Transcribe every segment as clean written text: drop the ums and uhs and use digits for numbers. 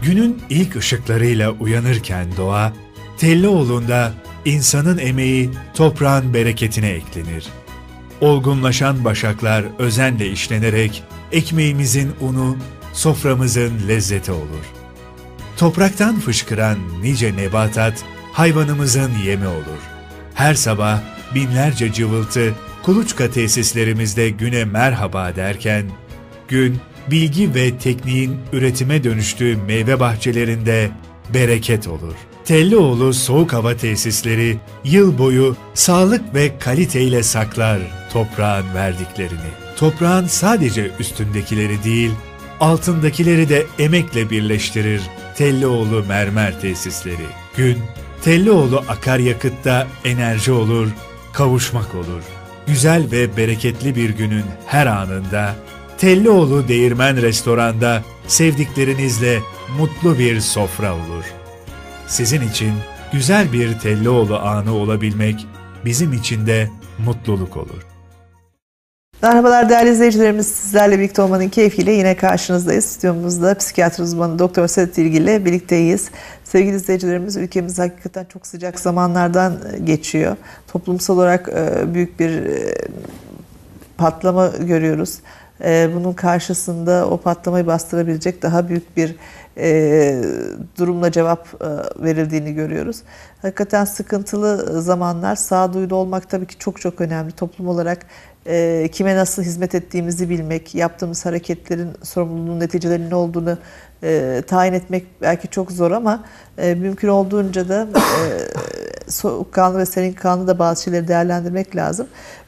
Günün ilk ışıklarıyla uyanırken doğa, Tellioğlu'nda insanın emeği toprağın bereketine eklenir. Olgunlaşan başaklar özenle işlenerek ekmeğimizin unu, soframızın lezzeti olur. Topraktan fışkıran nice nebatat hayvanımızın yemi olur. Her sabah binlerce cıvıltı kuluçka tesislerimizde güne merhaba derken, gün bilgi ve tekniğin üretime dönüştüğü meyve bahçelerinde bereket olur. Tellioğlu Soğuk Hava Tesisleri yıl boyu sağlık ve kaliteyle saklar toprağın verdiklerini. Toprağın sadece üstündekileri değil, altındakileri de emekle birleştirir Tellioğlu Mermer Tesisleri. Gün, Tellioğlu akaryakıtta enerji olur, kavuşmak olur. Güzel ve bereketli bir günün her anında Tellioğlu Değirmen Restoran'da sevdiklerinizle mutlu bir sofra olur. Sizin için güzel bir Tellioğlu anı olabilmek bizim için de mutluluk olur. Merhabalar değerli izleyicilerimiz, sizlerle birlikte olmanın keyfiyle yine karşınızdayız. Stüdyomuzda psikiyatri uzmanı Doktor Sedat İlgili ile birlikteyiz. Sevgili izleyicilerimiz, ülkemiz hakikaten çok sıcak zamanlardan geçiyor. Toplumsal olarak büyük bir patlama görüyoruz. Bunun karşısında o patlamayı bastırabilecek daha büyük bir durumla cevap verildiğini görüyoruz. Hakikaten sıkıntılı zamanlar, sağduyulu olmak tabii ki çok çok önemli. Toplum olarak kime nasıl hizmet ettiğimizi bilmek, yaptığımız hareketlerin sorumluluğunun, neticelerinin ne olduğunu tayin etmek belki çok zor ama mümkün olduğunca da soğukkanlı ve serin da bazı şeyleri değerlendirmek lazım.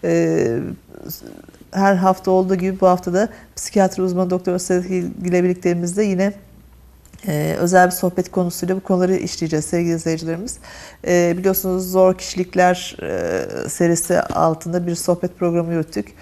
Her hafta olduğu gibi bu hafta da psikiyatri uzmanı Doktor Sedat İlgili ile birlikteliğimizde yine özel bir sohbet konusuyla bu konuları işleyeceğiz sevgili izleyicilerimiz. Biliyorsunuz Zor Kişilikler serisi altında bir sohbet programı yürüttük.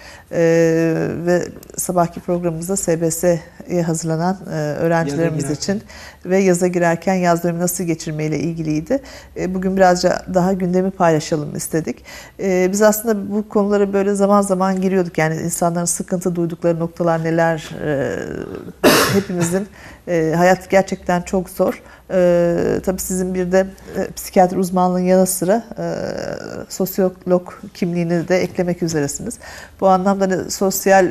Ve sabahki programımızda SBS'ye hazırlanan öğrencilerimiz için ve yaza girerken yaz dönemi nasıl geçirmeyle ilgiliydi. Bugün birazca daha gündemi paylaşalım istedik. Biz aslında bu konulara böyle zaman zaman giriyorduk. Yani insanların sıkıntı duydukları noktalar neler, hepimizin hayat gerçekten çok zor. Tabii sizin bir de psikiyatri uzmanlığının yanı sıra sosyolog kimliğini de eklemek üzeresiniz. Bu anlamda hani sosyal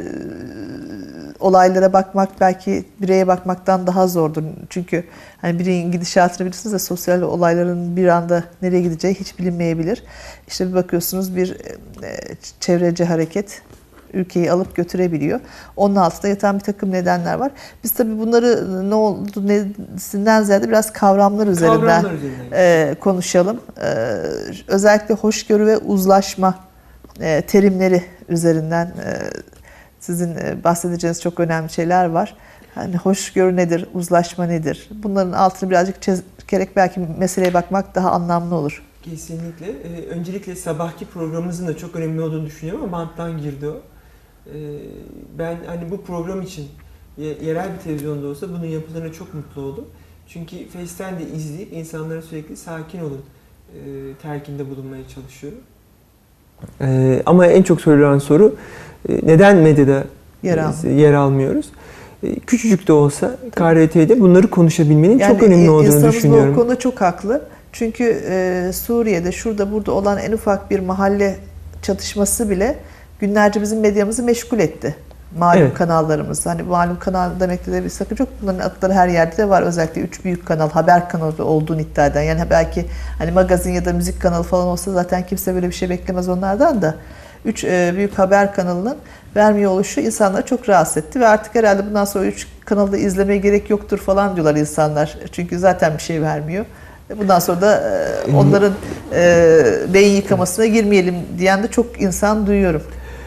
olaylara bakmak belki bireye bakmaktan daha zordur. Çünkü hani bireyin gidişatını bilirsiniz de sosyal olayların bir anda nereye gideceği hiç bilinmeyebilir. İşte bir bakıyorsunuz bir çevreci hareket ülkeyi alıp götürebiliyor. Onun altında yatan bir takım nedenler var. Biz tabii bunları ne oldu nesinden ziyade biraz kavramlar üzerinden konuşalım. Özellikle hoşgörü ve uzlaşma terimleri üzerinden sizin bahsedeceğiniz çok önemli şeyler var. Hani hoşgörü nedir, uzlaşma nedir? Bunların altını birazcık çekerek belki meseleye bakmak daha anlamlı olur. Kesinlikle. Öncelikle sabahki programımızın da çok önemli olduğunu düşünüyorum ama banttan girdi o. Ben hani bu program için yerel bir televizyonda olsa bunun yapıldığına çok mutlu oldum. Çünkü Face'ten de izleyip insanlara sürekli sakin olun telkinde bulunmaya çalışıyorum. Ama en çok sorulan soru neden medyada yer almıyoruz? Küçücük de olsa KRT'de bunları konuşabilmenin yani çok önemli olduğunu düşünüyorum. Bu konuda çok haklı. Çünkü Suriye'de şurada burada olan en ufak bir mahalle çatışması bile günlerce bizim medyamızı meşgul etti. Malum kanallarımız. Hani malum kanal demekte de bir sakınca yok. Bunların adları her yerde de var. Özellikle 3 büyük kanal, haber kanalı olduğunu iddia eden. Yani belki hani magazin ya da müzik kanalı falan olsa zaten kimse böyle bir şey beklemez onlardan da. 3 büyük haber kanalının vermiyor oluşu insanları çok rahatsız etti. Ve artık herhalde bundan sonra 3 kanalı da izlemeye gerek yoktur falan diyorlar insanlar. Çünkü zaten bir şey vermiyor. Bundan sonra da onların beyin yıkamasına girmeyelim diyen de çok insan duyuyorum.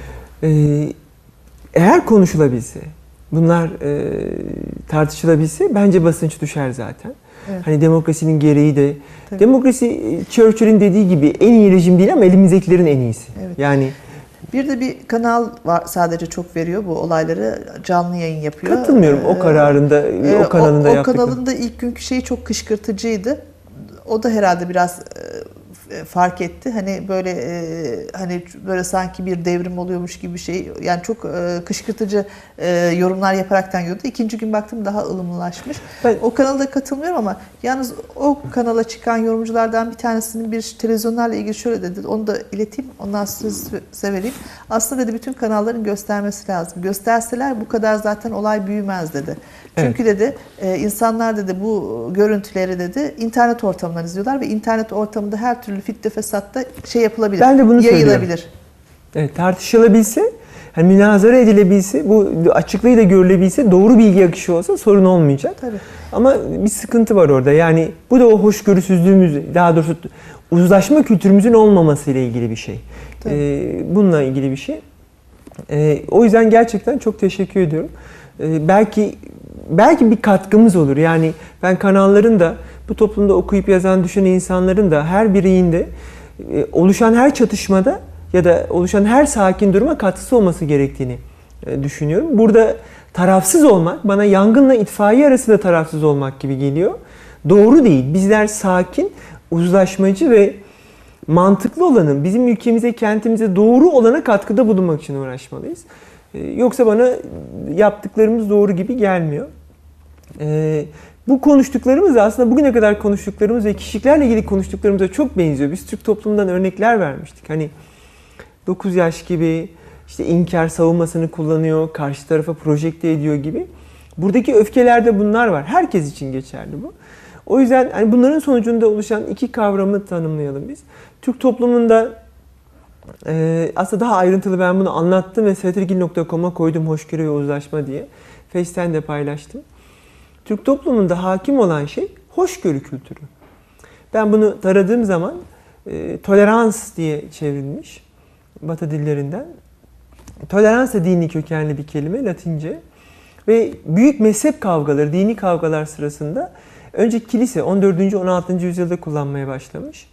Eğer konuşulabilse, bunlar tartışılabilse bence basınç düşer zaten. Evet. Hani demokrasinin gereği de, tabii. Demokrasi Churchill'in dediği gibi en iyi rejim değil ama elimizdekilerin en iyisi. Evet. Yani bir de bir kanal var sadece çok veriyor bu olayları, canlı yayın yapıyor. Katılmıyorum o kararında, o kanalında yaptık. O kanalın da ilk günkü şeyi çok kışkırtıcıydı. O da herhalde biraz fark etti. Hani böyle hani böyle sanki bir devrim oluyormuş gibi bir şey. Yani çok kışkırtıcı yorumlar yaparaktan gördü. İkinci gün baktım daha ılımlılaşmış. Ben o kanalda katılmıyorum ama yalnız o kanala çıkan yorumculardan bir tanesinin bir televizyonlarla ilgili şöyle dedi. Onu da ileteyim. Ondan size vereyim. Aslında dedi bütün kanalların göstermesi lazım. Gösterseler bu kadar zaten olay büyümez dedi. Çünkü dedi insanlar dedi bu görüntüleri dedi internet ortamından izliyorlar ve internet ortamında her türlü fitne fesatta şey yapılabilir. Ben de bunu yayılabilir. Söylüyorum. Evet, tartışılabilse, hani münazara edilebilse, bu açıklığıyla görülebilse, doğru bilgi akışı olsa sorun olmayacak. Tabii. Ama bir sıkıntı var orada. Yani bu da o hoşgörüsüzlüğümüz, daha doğrusu uzlaşma kültürümüzün olmaması ile ilgili bir şey. Bununla ilgili bir şey. O yüzden gerçekten çok teşekkür ediyorum. Belki bir katkımız olur. Yani ben kanalların da, bu toplumda okuyup yazan, düşünen insanların da her bireyinde oluşan her çatışmada ya da oluşan her sakin duruma katkısı olması gerektiğini düşünüyorum. Burada tarafsız olmak, bana yangınla itfaiye arasında tarafsız olmak gibi geliyor. Doğru değil. Bizler sakin, uzlaşmacı ve mantıklı olanın, bizim ülkemize, kentimize doğru olana katkıda bulunmak için uğraşmalıyız. Yoksa bana yaptıklarımız doğru gibi gelmiyor. Bu konuştuklarımız aslında bugüne kadar konuştuklarımız ve kişiliklerle ilgili konuştuklarımıza çok benziyor. Biz Türk toplumundan örnekler vermiştik. Hani 9 yaş gibi, işte inkar savunmasını kullanıyor, karşı tarafa projekte ediyor gibi. Buradaki öfkelerde bunlar var. Herkes için geçerli bu. O yüzden hani bunların sonucunda oluşan iki kavramı tanımlayalım biz. Türk toplumunda aslında daha ayrıntılı ben bunu anlattım ve setirgil.com'a koydum hoşgörü ve uzlaşma diye. Face'ten de paylaştım. Türk toplumunda hakim olan şey hoşgörü kültürü. Ben bunu taradığım zaman tolerans diye çevrilmiş Batı dillerinden. Tolerans da dini kökenli bir kelime, Latince. Ve büyük mezhep kavgaları, dini kavgalar sırasında önce kilise 14. 16. yüzyılda kullanmaya başlamış.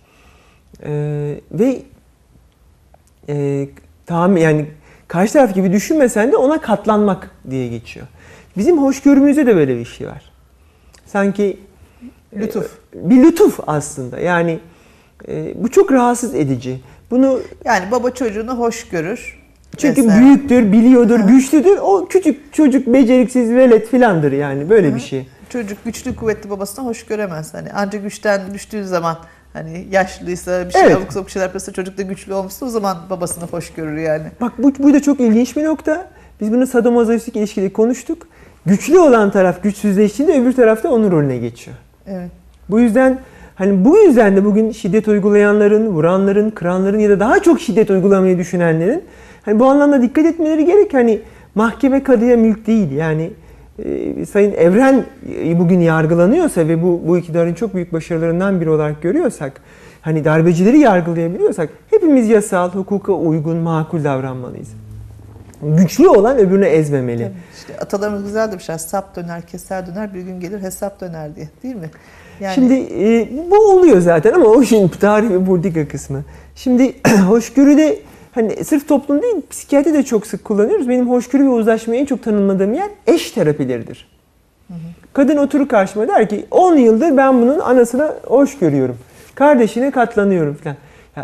Yani karşı taraf gibi düşünmesen de ona katlanmak diye geçiyor. Bizim hoşgörümüzde de böyle bir şey var. Sanki lütuf. Bir lütuf aslında. Yani bu çok rahatsız edici. Bunu yani baba çocuğunu hoş görür. Çünkü mesela büyüktür, biliyordur, güçlüdür. O küçük çocuk beceriksiz velet filandır yani böyle bir şey. Çocuk güçlü kuvvetli babasına hoş göremez. Hani ancak güçten düştüğü zaman hani yaşlıysa bir şey abuk sabuk şeyler yapıyorsa çocuk da güçlü olmuşsa o zaman babasını hoş görür yani. Bak bu da çok ilginç bir nokta. Biz bunu sadomazoistik ilişkide konuştuk. Güçlü olan taraf güçsüzleştiğinde öbür tarafta onun rolüne geçiyor. Evet. Bu yüzden de bugün şiddet uygulayanların, vuranların, kıranların ya da daha çok şiddet uygulamayı düşünenlerin bu anlamda dikkat etmeleri gerek. Hani mahkeme kadıya mülk değil. Yani Sayın Evren bugün yargılanıyorsa ve bu iktidarın çok büyük başarılarından biri olarak görüyorsak, hani darbecileri yargılayabiliyorsak hepimiz yasal, hukuka uygun, makul davranmalıyız. Güçlü olan öbürünü ezmemeli. Tabii. İşte atalarımız güzel demişler. Sap döner, keser döner, bir gün gelir hesap döner diye. Değil mi? Yani... Şimdi bu oluyor zaten ama o işin tarih ve politika kısmı. Şimdi hoşgörüde hani sırf toplum değil, psikiyatri de çok sık kullanıyoruz. Benim hoşgörü ve uzlaşmayı en çok tanımladığım yer eş terapileridir. Kadın oturur karşıma der ki 10 yıldır ben bunun anasına hoş görüyorum. Kardeşine katlanıyorum falan. Ya,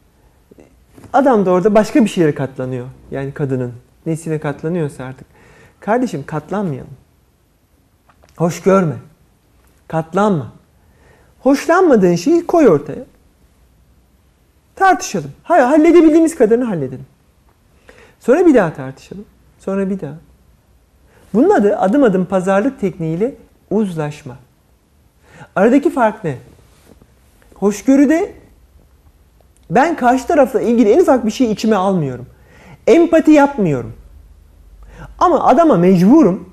adam da orada başka bir şeye katlanıyor. Yani kadının nesine katlanıyorsa artık. Kardeşim katlanmayalım. Hoş görme. Katlanma. Hoşlanmadığın şeyi koy ortaya. Tartışalım. Hayır, halledebildiğimiz kadarını halledelim. Sonra bir daha tartışalım. Sonra bir daha. Bunun adı adım adım pazarlık tekniğiyle uzlaşma. Aradaki fark ne? Hoşgörüde ben karşı tarafla ilgili en ufak bir şey içime almıyorum. Empati yapmıyorum. Ama adama mecburum.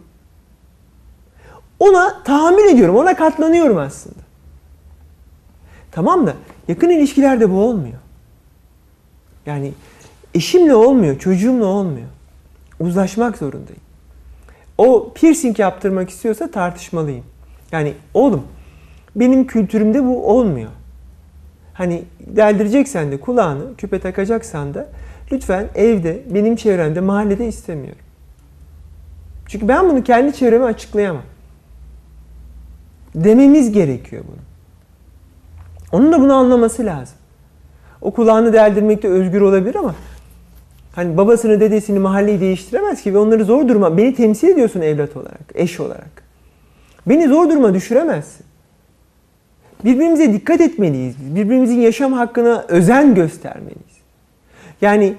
Ona tahammül ediyorum. Ona katlanıyorum aslında. Tamam da yakın ilişkilerde bu olmuyor. Yani eşimle olmuyor, çocuğumla olmuyor. Uzlaşmak zorundayım. O piercing yaptırmak istiyorsa tartışmalıyım. Yani oğlum benim kültürümde bu olmuyor. Hani deldireceksen de kulağını, küpe takacaksan da lütfen evde, benim çevremde, mahallede istemiyorum. Çünkü ben bunu kendi çevreme açıklayamam. Dememiz gerekiyor bunu. Onun da bunu anlaması lazım. O kulağını deldirmekte özgür olabilir ama hani babasını, dedesini, mahalleyi değiştiremez ki ve onları zor duruma, beni temsil ediyorsun evlat olarak, eş olarak. Beni zor duruma düşüremezsin. Birbirimize dikkat etmeliyiz. Birbirimizin yaşam hakkına özen göstermeliyiz. Yani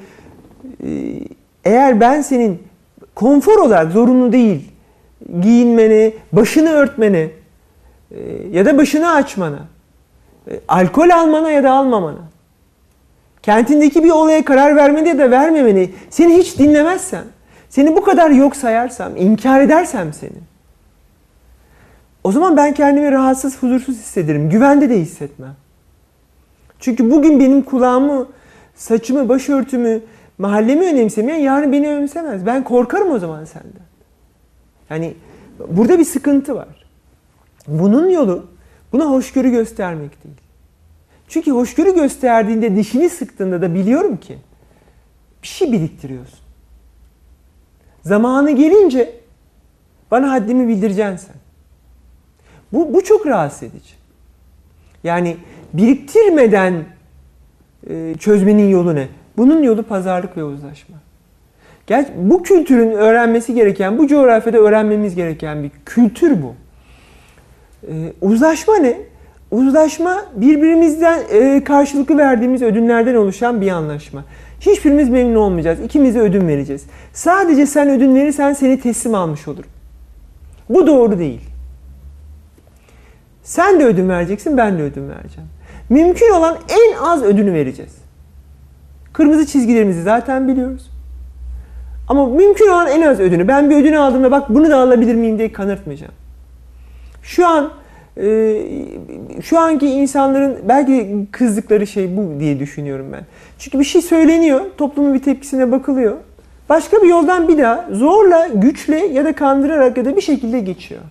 eğer ben senin konfor olarak zorunlu değil, giyinmene, başını örtmene ya da başını açmana, alkol almana ya da almamana, kentindeki bir olaya karar vermeni ya da vermemeni, seni hiç dinlemezsem, seni bu kadar yok sayarsam, inkar edersem seni, o zaman ben kendimi rahatsız, huzursuz hissederim. Güvende de hissetmem. Çünkü bugün benim kulağımı, saçımı, başörtümü, mahallemi önemsemeyen yarın beni önemsemez. Ben korkarım o zaman senden. Yani burada bir sıkıntı var. Bunun yolu buna hoşgörü göstermek değil. Çünkü hoşgörü gösterdiğinde, dişini sıktığında da biliyorum ki bir şey biriktiriyorsun. Zamanı gelince bana haddimi bildireceksin sen. Bu çok rahatsız edici. Yani biriktirmeden çözmenin yolu ne? Bunun yolu pazarlık ve uzlaşma. Bu kültürün öğrenmesi gereken, bu coğrafyada öğrenmemiz gereken bir kültür bu. Uzlaşma ne? Uzlaşma birbirimizden karşılıklı verdiğimiz ödünlerden oluşan bir anlaşma. Hiçbirimiz memnun olmayacağız. İkimiz de ödün vereceğiz. Sadece sen ödün verirsen seni teslim almış olurum. Bu doğru değil. Sen de ödün vereceksin, ben de ödün vereceğim. Mümkün olan en az ödünü vereceğiz. Kırmızı çizgilerimizi zaten biliyoruz. Ama mümkün olan en az ödünü. Ben bir ödünü aldığımda bak bunu da alabilir miyim diye kanırtmayacağım. Şu anki insanların belki kızdıkları şey bu diye düşünüyorum ben. Çünkü bir şey söyleniyor, toplumun bir tepkisine bakılıyor. Başka bir yoldan bir daha zorla, güçle ya da kandırarak ya da bir şekilde geçiyor.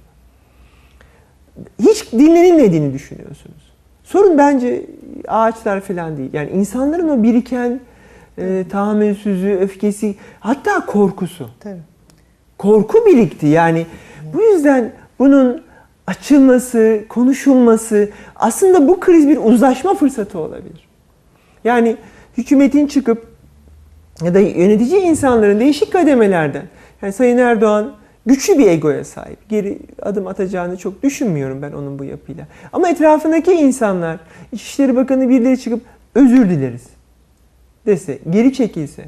Hiç dinlenilmediğini düşünüyorsunuz. Sorun bence ağaçlar falan değil. Yani insanların o biriken tahammülsüzlüğü, öfkesi, hatta korkusu. Tabii. Korku birikti. Yani bu yüzden bunun açılması, konuşulması, aslında bu kriz bir uzlaşma fırsatı olabilir. Yani hükümetin çıkıp ya da yönetici insanların değişik kademelerden, yani Sayın Erdoğan güçlü bir egoya sahip. Geri adım atacağını çok düşünmüyorum ben onun bu yapıyla. Ama etrafındaki insanlar, İçişleri Bakanı birileri çıkıp özür dileriz dese, geri çekilse,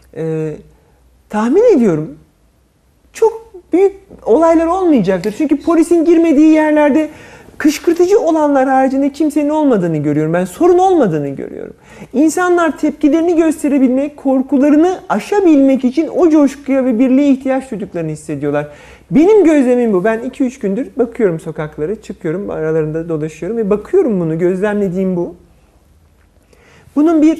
tahmin ediyorum çok büyük olaylar olmayacaktır. Çünkü polisin girmediği yerlerde kışkırtıcı olanlar haricinde kimsenin olmadığını görüyorum. Ben sorun olmadığını görüyorum. İnsanlar tepkilerini gösterebilmek, korkularını aşabilmek için o coşkuya ve birliğe ihtiyaç duyduklarını hissediyorlar. Benim gözlemim bu. Ben 2-3 gündür bakıyorum sokaklara, çıkıyorum, aralarında dolaşıyorum ve bakıyorum bunu, gözlemlediğim bu. Bunun bir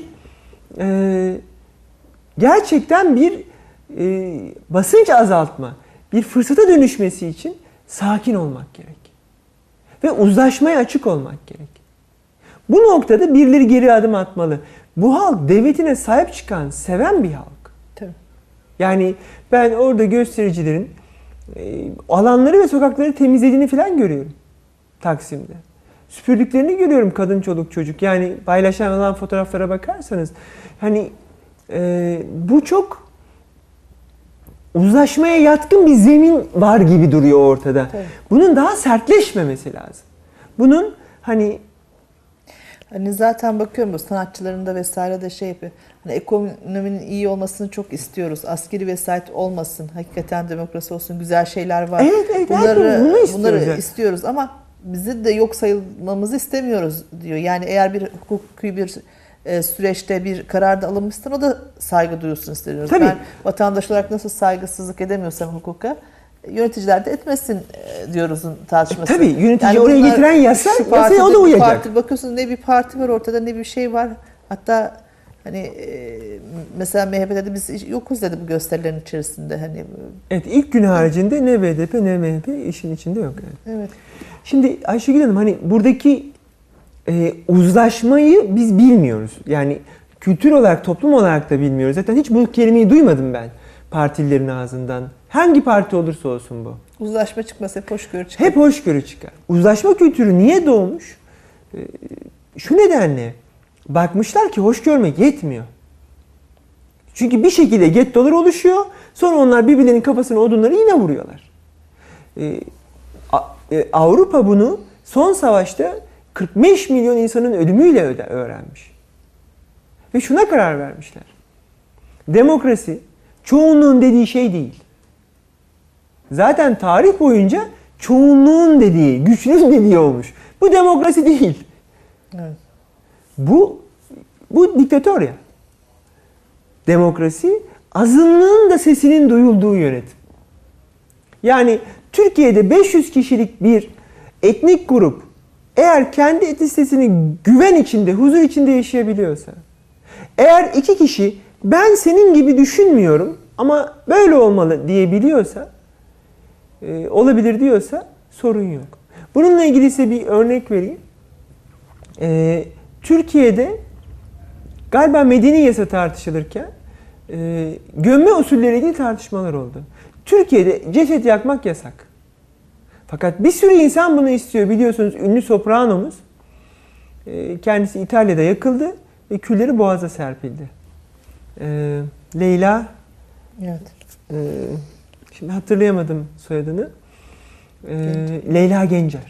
gerçekten bir basınç azaltma, bir fırsata dönüşmesi için sakin olmak gerek. Ve uzlaşmaya açık olmak gerek. Bu noktada birileri geri adım atmalı. Bu halk devletine sahip çıkan, seven bir halk. Tabii. Yani ben orada göstericilerin alanları ve sokakları temizlediğini falan görüyorum Taksim'de. Süpürdüklerini görüyorum kadın, çoluk, çocuk. Yani paylaşılan fotoğraflara bakarsanız hani bu çok uzlaşmaya yatkın bir zemin var gibi duruyor ortada. Tabii. Bunun daha sertleşmemesi lazım. Bunun hani zaten bakıyorum bu sanatçıların da vesaire de şey yapıyor. Hani ekonominin iyi olmasını çok istiyoruz. Askeri vesayet olmasın. Hakikaten demokrasi olsun. Güzel şeyler var. Evet, bunları istiyoruz ama bizi de yok sayılmamızı istemiyoruz diyor. Yani eğer bir hukuki bir süreçte bir kararda alınmışsa o da saygı duyulsun istiyoruz. Tabii. Ben vatandaş olarak nasıl saygısızlık edemiyorsam hukuka, yöneticiler de etmesin diyoruz tartışması. Tabii yönetici yani oraya getiren yasaya o da uyacak. Bakıyorsunuz ne bir parti var ortada ne bir şey var. Hatta hani mesela MHP'de de biz yokuz dedi bu gösterilerin içerisinde. Hani evet, ilk gün haricinde ne BDP ne MHP işin içinde yok. Yani. Evet. Şimdi Ayşegül Hanım hani buradaki uzlaşmayı biz bilmiyoruz. Yani kültür olarak, toplum olarak da bilmiyoruz. Zaten hiç bu kelimeyi duymadım ben partililerin ağzından. Hangi parti olursa olsun bu. Uzlaşma çıkmasa hep hoşgörü çıkar. Hep hoşgörü çıkar. Uzlaşma kültürü niye doğmuş? Şu nedenle, bakmışlar ki hoş görmek yetmiyor. Çünkü bir şekilde gettolar oluşuyor. Sonra onlar birbirlerinin kafasına odunları yine vuruyorlar. Avrupa bunu son savaşta 45 milyon insanın ölümüyle öğrenmiş. Ve şuna karar vermişler. Demokrasi çoğunluğun dediği şey değil. Zaten tarih boyunca çoğunluğun dediği, güçlünün dediği olmuş. Bu demokrasi değil. Evet. Bu diktatörya. Demokrasi azınlığın da sesinin duyulduğu yönetim. Yani Türkiye'de 500 kişilik bir etnik grup eğer kendi etnisitesini güven içinde, huzur içinde yaşayabiliyorsa, eğer 2 kişi ben senin gibi düşünmüyorum ama böyle olmalı diyebiliyorsa, olabilir diyorsa sorun yok. Bununla ilgili size bir örnek vereyim. Türkiye'de galiba medeni yasa tartışılırken gömme usulleriyle ilgili tartışmalar oldu. Türkiye'de ceset yakmak yasak. Fakat bir sürü insan bunu istiyor. Biliyorsunuz ünlü sopranomuz kendisi İtalya'da yakıldı ve külleri Boğaz'a serpildi. Leyla, Evet. Şimdi hatırlayamadım soyadını. Leyla Gencer.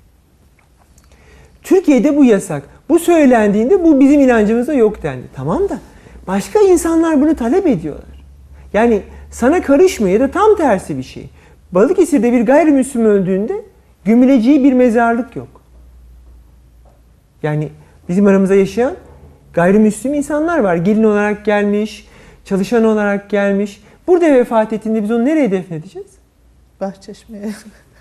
Türkiye'de bu yasak. Bu söylendiğinde bu bizim inancımızda yok dendi. Tamam da başka insanlar bunu talep ediyorlar. Yani sana karışmıyor ya da tam tersi bir şey. Balıkesir'de bir gayrimüslim öldüğünde gömüleceği bir mezarlık yok. Yani bizim aramızda yaşayan gayrimüslim insanlar var. Gelin olarak gelmiş, çalışan olarak gelmiş. Burada vefat ettiğinde biz onu nereye defnedeceğiz? Bahçeşme'ye.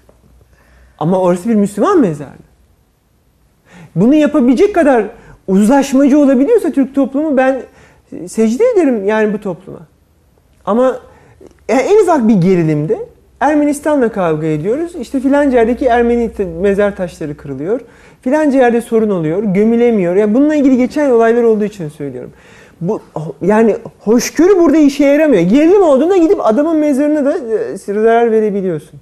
Ama orası bir Müslüman mezarlığı. Bunu yapabilecek kadar uzlaşmacı olabiliyorsa Türk toplumu ben secde ederim yani bu topluma. Ama en ufak bir gerilimde Ermenistan'la kavga ediyoruz. İşte filanca yerdeki Ermeni mezar taşları kırılıyor. Filanca yerde sorun oluyor, gömülemiyor. Yani bununla ilgili geçen olaylar olduğu için söylüyorum. Yani hoşgörü burada işe yaramıyor. Gerilim olduğunda gidip adamın mezarına da zarar verebiliyorsun.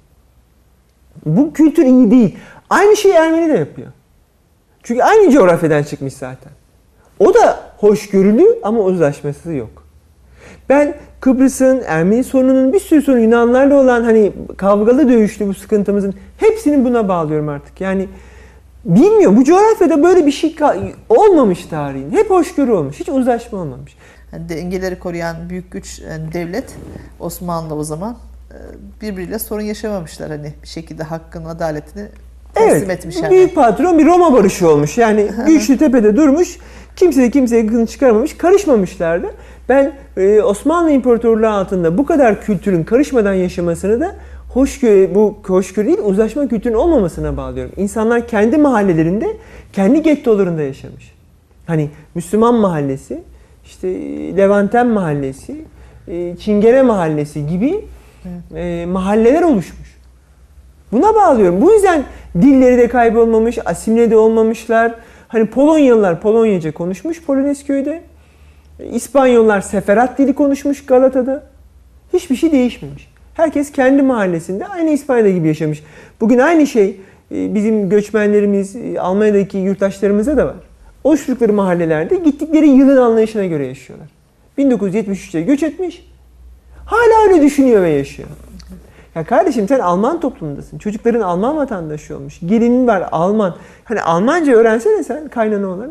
Bu kültür iyi değil. Aynı şeyi Ermeni de yapıyor. Çünkü aynı coğrafyadan çıkmış zaten. O da hoşgörülü ama uzlaşması yok. Ben Kıbrıs'ın, Ermeni sorununun bir sürü sorun, Yunanlarla olan hani kavgalı dövüşlü bu sıkıntımızın hepsini buna bağlıyorum artık. Yani bilmiyorum, bu coğrafyada böyle bir şey olmamış tarihin. Hep hoşgörü olmuş, hiç uzlaşma olmamış. Yani dengeleri koruyan büyük güç yani devlet Osmanlı o zaman birbiriyle sorun yaşamamışlar. Hani bir şekilde hakkını, adaletini teslim etmiş. Yani. Büyük patron bir Roma barışı olmuş. Yani güçlü tepede durmuş, kimse de kimseye gıkını çıkarmamış, karışmamışlardı. Ben Osmanlı İmparatorluğu altında bu kadar kültürün karışmadan yaşamasını da hoşgörü değil, uzlaşma kültürünün olmamasına bağlıyorum. İnsanlar kendi mahallelerinde, kendi gettolarında yaşamış. Hani Müslüman mahallesi, işte Levanten mahallesi, Çingene mahallesi gibi mahalleler oluşmuş. Buna bağlıyorum. Bu yüzden dilleri de kaybolmamış, asimile de olmamışlar. Hani Polonyalılar Polonyaca konuşmuş Polonezköy'de. İspanyollar Seferat dili konuşmuş Galata'da. Hiçbir şey değişmemiş. Herkes kendi mahallesinde aynı İspanya'da gibi yaşamış. Bugün aynı şey bizim göçmenlerimiz, Almanya'daki yurttaşlarımıza da var. Oluşturdukları mahallelerde gittikleri yılın anlayışına göre yaşıyorlar. 1973'te göç etmiş. Hala öyle düşünüyor ve yaşıyor. Ya kardeşim sen Alman toplumundasın. Çocukların Alman vatandaşı olmuş. Gelinin var Alman. Hani Almanca öğrensene sen kaynana olarak.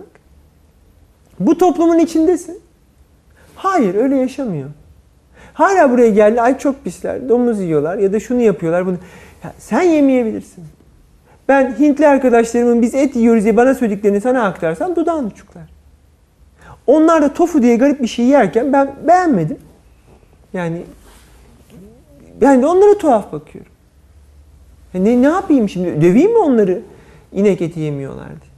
Bu toplumun içindesin. Hayır öyle yaşamıyor. Hala buraya geldi. Ay çok pisler. Domuz yiyorlar ya da şunu yapıyorlar. Bunu. Ya sen yemeyebilirsin. Ben Hintli arkadaşlarımın biz et yiyoruz diye bana söylediklerini sana aktarsam dudağın uçuklar. Onlar da tofu diye garip bir şey yerken ben beğenmedim. Yani ben de onlara tuhaf bakıyorum. Ne yapayım şimdi? Döveyim mi onları? İnek eti yemiyorlar diye.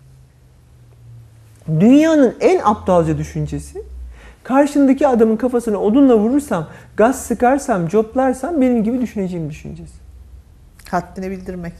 Dünyanın en aptalca düşüncesi, karşındaki adamın kafasına odunla vurursam, gaz sıkarsam, coplarsam benim gibi düşüneceğim düşüncesi. Haddini bildirmek.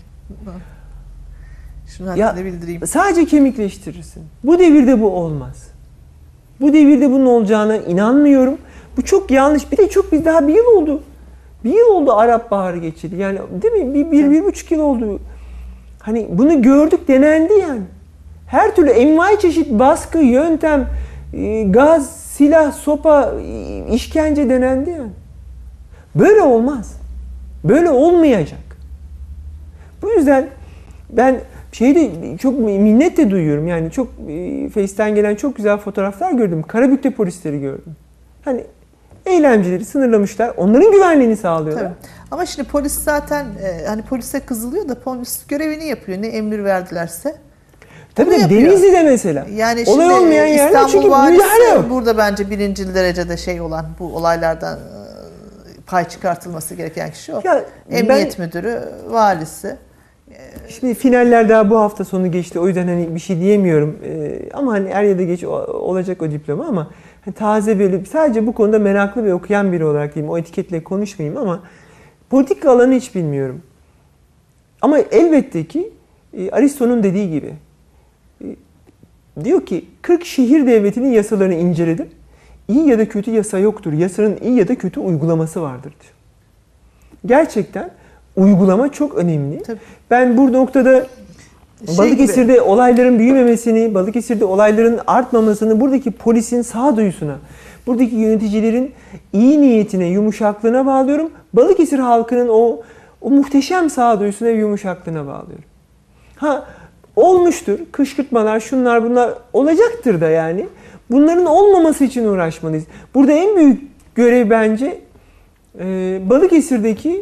Şunu haddini bildireyim. Sadece kemikleştirirsin. Bu devirde bu olmaz. Bu devirde bunun olacağına inanmıyorum. Bu çok yanlış. Bir de biz daha bir yıl oldu. Bir yıl oldu Arap Baharı geçirdi. Yani değil mi? Bir buçuk yıl oldu. Hani bunu gördük, denendi yani. Her türlü envai çeşit baskı, yöntem, gaz, silah, sopa, işkence denendi yani. Böyle olmaz. Böyle olmayacak. Bu yüzden ben çok minnet de duyuyorum. Yani çok Face'ten gelen çok güzel fotoğraflar gördüm. Karabük'te polisleri gördüm. Hani eylemcileri sınırlamışlar. Onların güvenliğini sağlıyorlar. Tabii. Ama şimdi polis zaten hani polise kızılıyor da polis görevini yapıyor. Ne emir verdilerse. Tabii Denizli'de mesela. Yani olay şimdi olmayan yerler çünkü İstanbul müdahale yok. Valisi burada bence birinci derecede olan bu olaylardan pay çıkartılması gereken kişi o. Ya Emniyet müdürü, valisi. Şimdi finaller daha bu hafta sonu geçti. O yüzden hani bir şey diyemiyorum. Ama hani er ya da geç olacak o diploma ama hani taze böyle sadece bu konuda meraklı ve okuyan biri olarak diyeyim. O etiketle konuşmayayım ama politik alanı hiç bilmiyorum. Ama elbette ki Aristo'nun dediği gibi diyor ki 40 şehir devletinin yasalarını inceledim. İyi ya da kötü yasa yoktur. Yasanın iyi ya da kötü uygulaması vardır diyor. Gerçekten uygulama çok önemli. Tabii. Ben bu noktada Balıkesir'de olayların büyümemesini, Balıkesir'de olayların artmamasını, buradaki polisin sağduyusuna, buradaki yöneticilerin iyi niyetine, yumuşaklığına bağlıyorum. Balıkesir halkının o muhteşem sağduyusuna ve yumuşaklığına bağlıyorum. Olmuştur. Kışkırtmalar, şunlar bunlar olacaktır da yani. Bunların olmaması için uğraşmalıyız. Burada en büyük görev bence Balıkesir'deki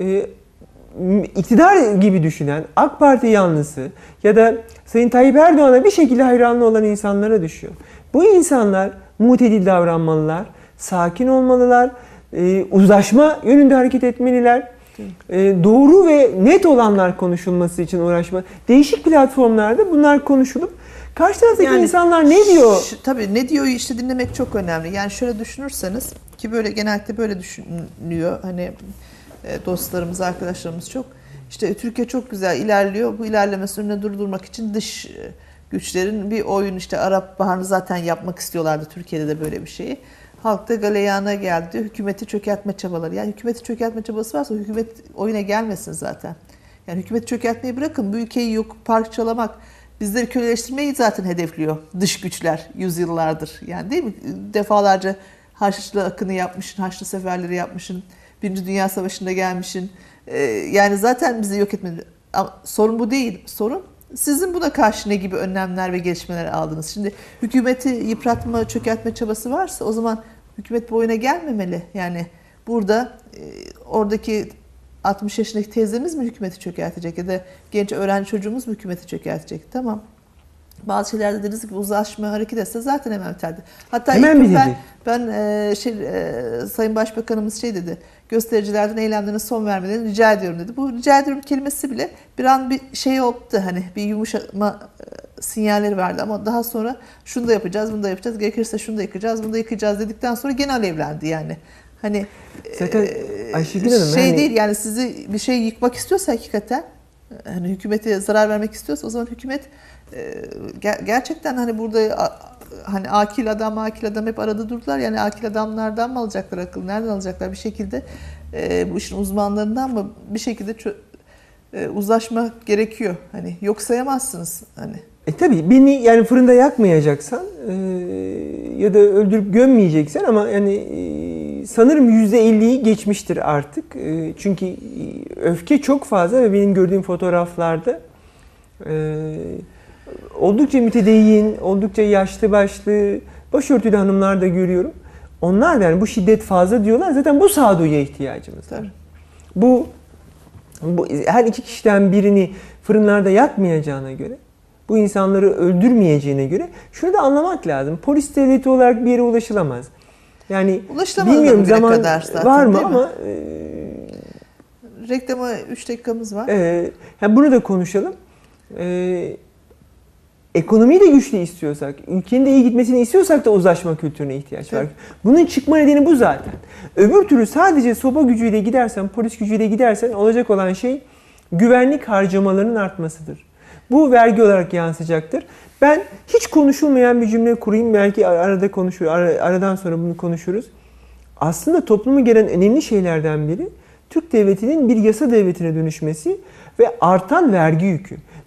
iktidar gibi düşünen AK Parti yanlısı ya da Sayın Tayyip Erdoğan'a bir şekilde hayranlı olan insanlara düşüyor. Bu insanlar mutedil davranmalılar, sakin olmalılar, uzlaşma yönünde hareket etmeliler. Doğru ve net olanlar konuşulması için uğraşma. Değişik platformlarda bunlar konuşulup karşı taraftaki insanlar ne diyor? Tabii ne diyor işte dinlemek çok önemli. Yani şöyle düşünürseniz ki böyle genellikle böyle düşünüyor. Hani dostlarımız, arkadaşlarımız çok. İşte Türkiye çok güzel ilerliyor. Bu ilerlemesinin önüne durdurmak için dış güçlerin bir oyun işte Arap Baharı'nı zaten yapmak istiyorlardı Türkiye'de de böyle bir şeyi. Halk da galeyana geldi diyor. Hükümeti çökertme çabaları. Yani hükümeti çökertme çabası varsa hükümet oyuna gelmesin zaten. Yani hükümeti çökertmeyi bırakın. Bu ülkeyi yok parçalamak, bizleri köleleştirmeyi zaten hedefliyor dış güçler yüzyıllardır. Yani değil mi? Defalarca Haçlı akını yapmışsın, Haçlı seferleri yapmışsın. Birinci Dünya Savaşı'nda gelmişsin. Yani zaten bizi yok etmedi. Ama sorun bu değil. Sorun sizin buna karşı ne gibi önlemler ve gelişmeler aldınız? Şimdi hükümeti yıpratma, çökertme çabası varsa o zaman hükümet bu oyuna gelmemeli. Yani burada oradaki 60 yaşındaki teyzemiz mi hükümeti çökertecek ya da genç öğrenci çocuğumuz mu hükümeti çökertecek? Tamam. Bazı şeylerde dediğiniz gibi uzlaşma hareket etse zaten hemen biterdi. Hatta hemen ilk ben Sayın Başbakanımız dedi. Göstericilerden eylemlerine son vermelerini rica ediyorum dedi. Bu rica ediyorum kelimesi bile bir an bir şey oldu hani bir yumuşama sinyalleri verdi ama daha sonra şunu da yapacağız, bunu da yapacağız, gerekirse şunu da yıkacağız, bunu da yıkacağız dedikten sonra gene alevlendi yani. Hani zaten Ayşegül Hanım değil yani sizi bir şey yıkmak istiyorsa hakikaten hani hükümete zarar vermek istiyorsa o zaman hükümet gerçekten hani burada hani akil adam hep arada durdular. Yani akil adamlardan mı alacaklar akıl? Nereden alacaklar? Bir şekilde bu işin uzmanlarından mı bir şekilde uzlaşmak gerekiyor. Hani yok sayamazsınız hani. Tabii beni yani fırında yakmayacaksan ya da öldürüp gömmeyeceksen ama yani sanırım %50'yi geçmiştir artık. Çünkü öfke çok fazla ve benim gördüğüm fotoğraflarda oldukça mütedeyyin, oldukça yaşlı başlı, başörtülü hanımlar da görüyorum. Onlar da yani bu şiddet fazla diyorlar. Zaten bu sağduyuya ihtiyacımız var. Bu her iki kişiden birini fırınlarda yakmayacağına göre, bu insanları öldürmeyeceğine göre şunu da anlamak lazım. Polis devleti olarak bir yere ulaşılamaz. Yani bilmiyorum zaman kadar zaten, var mı ama reklama 3 dakikamız var. Bunu da konuşalım. Ekonomiyi de güçlü istiyorsak, ülkenin de iyi gitmesini istiyorsak da uzlaşma kültürüne ihtiyaç var. Bunun çıkma nedeni bu zaten. Öbür türlü sadece sopa gücüyle gidersen, polis gücüyle gidersen olacak olan şey güvenlik harcamalarının artmasıdır. Bu vergi olarak yansıyacaktır. Ben hiç konuşulmayan bir cümle kurayım. Belki aradan sonra bunu konuşuruz. Aslında topluma gelen önemli şeylerden biri Türk devletinin bir yasa devletine dönüşmesi ve artan vergi yükü.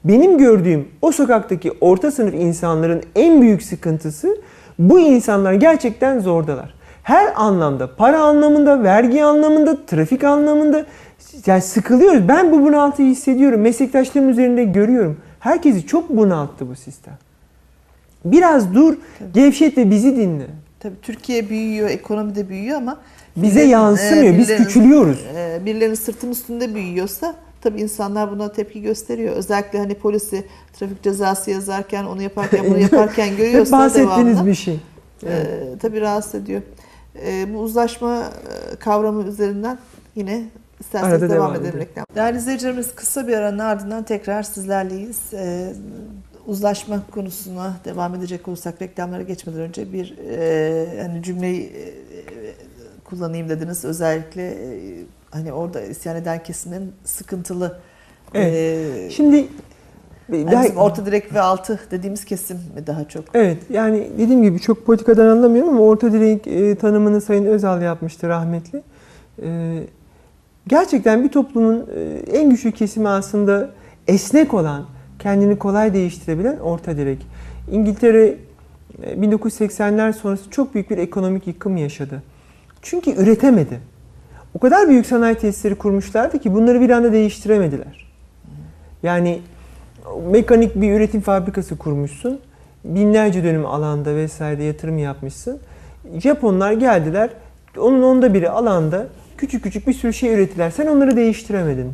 benim gördüğüm o sokaktaki orta sınıf insanların en büyük sıkıntısı, bu insanlar gerçekten zordalar. Her anlamda, para anlamında, vergi anlamında, trafik anlamında yani sıkılıyoruz. Ben bu bunaltıyı hissediyorum. Meslektaşlarım üzerinde görüyorum. Herkesi çok bunalttı bu sistem. Biraz dur, gevşet ve bizi dinle. Tabii Türkiye büyüyor, ekonomi de büyüyor ama bize yansımıyor. Biz küçülüyoruz. Birilerinin sırtının üstünde büyüyorsa tabii insanlar buna tepki gösteriyor. Özellikle hani polisi trafik cezası yazarken, onu yaparken, bunu yaparken görüyorsa bahsettiğiniz devamlı. bir şey. Evet. Tabii rahatsız ediyor. Bu uzlaşma kavramı üzerinden yine isterseniz devam edelim reklam. Değerli izleyicilerimiz, kısa bir aranın ardından tekrar sizlerleyiz. Uzlaşma konusuna devam edecek olursak reklamlara geçmeden önce bir hani cümleyi kullanayım dediniz. Özellikle hani orada isyan eden kesimin sıkıntılı. Evet. Şimdi yani orta direk ve altı dediğimiz kesim mi daha çok? Evet, yani dediğim gibi çok politikadan anlamıyorum ama orta direk tanımını Sayın Özal yapmıştı rahmetli. Gerçekten bir toplumun en güçlü kesimi aslında esnek olan, kendini kolay değiştirebilen orta direk. İngiltere 1980'ler sonrası çok büyük bir ekonomik yıkım yaşadı. Çünkü üretemedi. O kadar büyük sanayi tesisleri kurmuşlardı ki bunları bir anda değiştiremediler. Yani mekanik bir üretim fabrikası kurmuşsun. Binlerce dönüm alanda vesaire yatırım yapmışsın. Japonlar geldiler. Onun onda biri alanda küçük küçük bir sürü şey ürettiler. Sen onları değiştiremedin.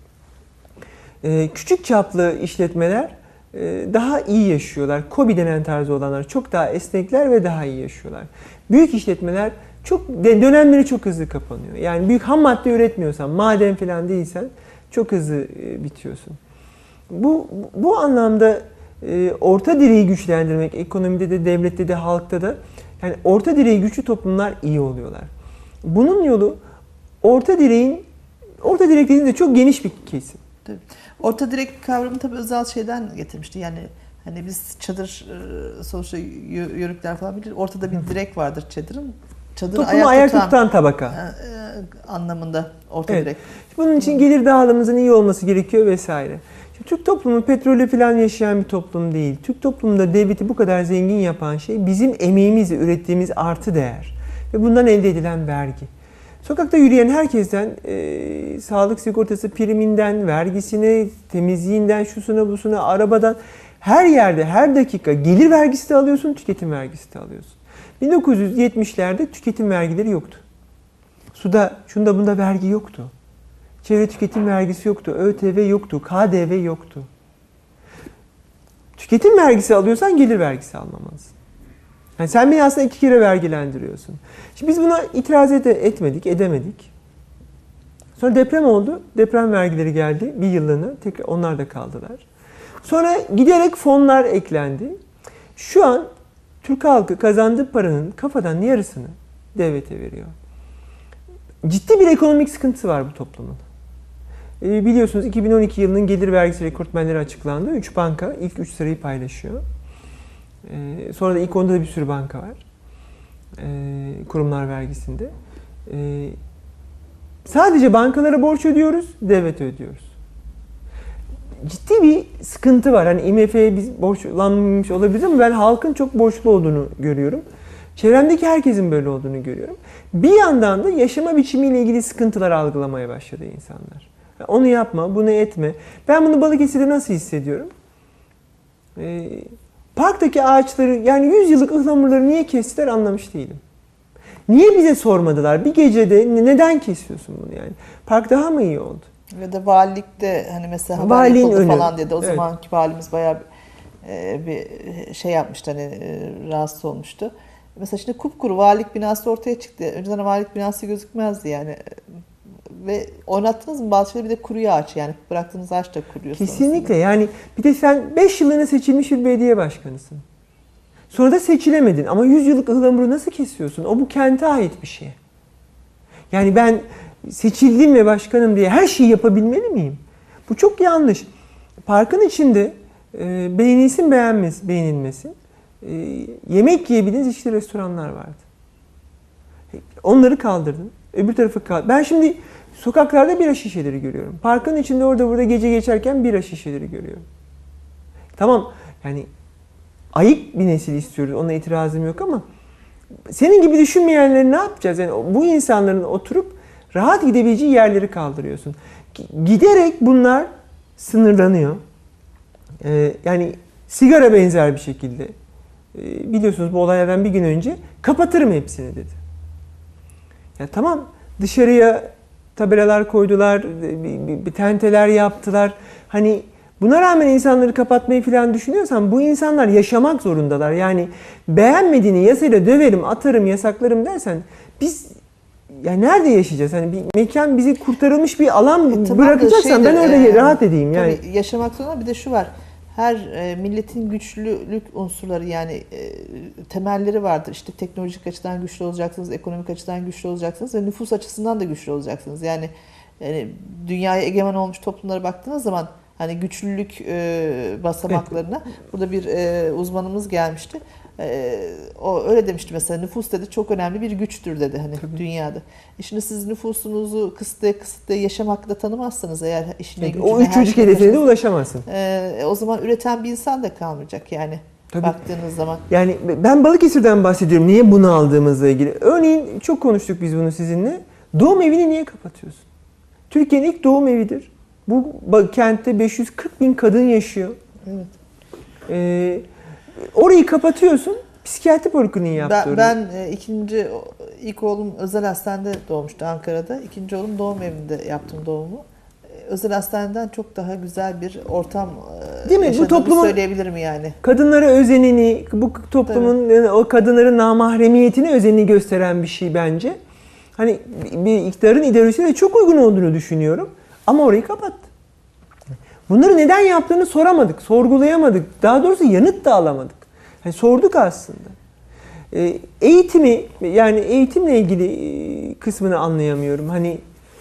Küçük çaplı işletmeler daha iyi yaşıyorlar. KOBİ denen tarzı olanlar çok daha esnekler ve daha iyi yaşıyorlar. Büyük işletmeler dönemleri çok hızlı kapanıyor. Yani büyük ham madde üretmiyorsan, maden falan değilsen çok hızlı bitiyorsun. Bu anlamda orta direği güçlendirmek, ekonomide de, devlette de, halkta da, yani orta direği güçlü toplumlar iyi oluyorlar. Bunun yolu orta direk dediğimde çok geniş bir kesim. Tabii. Orta direk kavramı tabii Özal şeyden getirmişti. Yani hani biz çadır sonuçta yörükler falan bilir. Ortada bir direk vardır çadırın. Toplumu ayakta tutan tabaka. Anlamında orta direk. Bunun için gelir dağılımımızın iyi olması gerekiyor vesaire. Şimdi Türk toplumu petrolü falan yaşayan bir toplum değil. Türk toplumunda devleti bu kadar zengin yapan şey bizim emeğimizle ürettiğimiz artı değer. Ve bundan elde edilen vergi. Sokakta yürüyen herkesten sağlık sigortası priminden, vergisine, temizliğinden, şusuna busuna, arabadan her yerde, her dakika gelir vergisi de alıyorsun, tüketim vergisi de alıyorsun. 1970'lerde tüketim vergileri yoktu. Suda, şunda bunda vergi yoktu. Çevre tüketim vergisi yoktu, ÖTV yoktu, KDV yoktu. Tüketim vergisi alıyorsan gelir vergisi almamalısın. Yani sen beni aslında 2 kere vergilendiriyorsun. Şimdi biz buna itiraz edemedik. Sonra deprem oldu. Deprem vergileri geldi bir yıllığına. Tekrar onlar da kaldılar. Sonra giderek fonlar eklendi. Şu an Türk halkı kazandığı paranın kafadan yarısını devlete veriyor. Ciddi bir ekonomik sıkıntısı var bu toplumun. Biliyorsunuz 2012 yılının gelir vergisi rekortmenleri açıklandı. 3 banka ilk 3 sırayı paylaşıyor. Sonra da ilk onda da bir sürü banka var. Kurumlar vergisinde. Sadece bankalara borç ödüyoruz, devlete ödüyoruz. Ciddi bir sıkıntı var. Hani IMF'ye biz borçlanmamış olabiliriz ama ben halkın çok borçlu olduğunu görüyorum. Çevremdeki herkesin böyle olduğunu görüyorum. Bir yandan da yaşama biçimiyle ilgili sıkıntılar algılamaya başladı insanlar. Onu yapma, bunu etme. Ben bunu Balıkesir'de nasıl hissediyorum? Parktaki ağaçları, yani 100 yıllık ıhlamurları niye kestiler anlamış değilim. Niye bize sormadılar? Bir gecede neden kesiyorsun bunu yani? Park daha mı iyi oldu? Ya da valilikte hani mesela haber yapıldı falan dedi. O zamanki valimiz bayağı bir şey yapmıştı, hani rahatsız olmuştu. Mesela şimdi kupkuru valilik binası ortaya çıktı. Önceden valilik binası gözükmezdi yani. Ve oynattınız mı bazı şeyleri, bir de kuruyor ağaç, yani bıraktığınız ağaç da kuruyor. Kesinlikle yani bir de sen 5 yıllığına seçilmiş bir belediye başkanısın. Sonra da seçilemedin ama 100 yıllık ıhlamuru nasıl kesiyorsun? O bu kente ait bir şey. Yani ben seçildim ve başkanım diye her şeyi yapabilmeli miyim? Bu çok yanlış. Parkın içinde beğenilsin beğenilmesin yemek yiyebildiğiniz işte restoranlar vardı. Onları kaldırdın. Öbür tarafı kaldı. Ben şimdi sokaklarda bira şişeleri görüyorum. Parkın içinde orada burada gece geçerken bira şişeleri görüyorum. Tamam yani ayık bir nesil istiyoruz. Ona itirazım yok ama senin gibi düşünmeyenleri ne yapacağız? Yani bu insanların oturup rahat gidebileceği yerleri kaldırıyorsun. Giderek bunlar sınırlanıyor. Yani sigara benzer bir şekilde. Biliyorsunuz bu olaylardan bir gün önce kapatırım hepsini dedi. Ya tamam, dışarıya tabelalar koydular, bir tenteler yaptılar. Hani buna rağmen insanları kapatmayı falan düşünüyorsan bu insanlar yaşamak zorundalar. Yani beğenmediğini yasayla döverim, atarım, yasaklarım dersen biz yani nerede yaşayacağız? Hani bir mekan, bizi kurtarılmış bir alan bırakacaksan ben orada rahat edeyim. Yani yaşamak zorunda. Bir de şu var. Her milletin güçlülük unsurları yani temelleri vardır. İşte teknolojik açıdan güçlü olacaksınız, ekonomik açıdan güçlü olacaksınız ve nüfus açısından da güçlü olacaksınız. Yani dünyaya egemen olmuş toplumlara baktığınız zaman hani güçlülük basamaklarına burada bir uzmanımız gelmişti. O öyle demişti mesela, nüfus dedi çok önemli bir güçtür dedi hani dünyada. Şimdi siz nüfusunuzu kısıtlaya yaşam hakkı da tanımazsanız eğer işine gücüne o 3 çocuk hedefine de ulaşamazsın. O zaman üreten bir insan da kalmayacak yani. Tabii. Baktığınız zaman. Yani ben Balıkesir'den bahsediyorum. Niye bunu aldığımızla ilgili. Örneğin çok konuştuk biz bunu sizinle. Doğum evini niye kapatıyorsun? Türkiye'nin ilk doğum evidir. Bu kentte 540 bin kadın yaşıyor. Evet. Orayı kapatıyorsun. Psikiyatri polikliniği yaptı. Ben ilk oğlum özel hastanede doğmuştu Ankara'da. İkinci oğlum doğum evinde yaptım doğumu. Özel hastaneden çok daha güzel bir ortam yaşadığımı söyleyebilirim yani. Kadınlara özenini, bu toplumun o kadınların namahremiyetine özenini gösteren bir şey bence. Hani bir iktidarın ideolojisine de çok uygun olduğunu düşünüyorum. Ama orayı kapattı. Bunları neden yaptığını soramadık, sorgulayamadık. Daha doğrusu yanıt da alamadık. Yani sorduk aslında. Eğitimi, yani eğitimle ilgili kısmını anlayamıyorum. Hani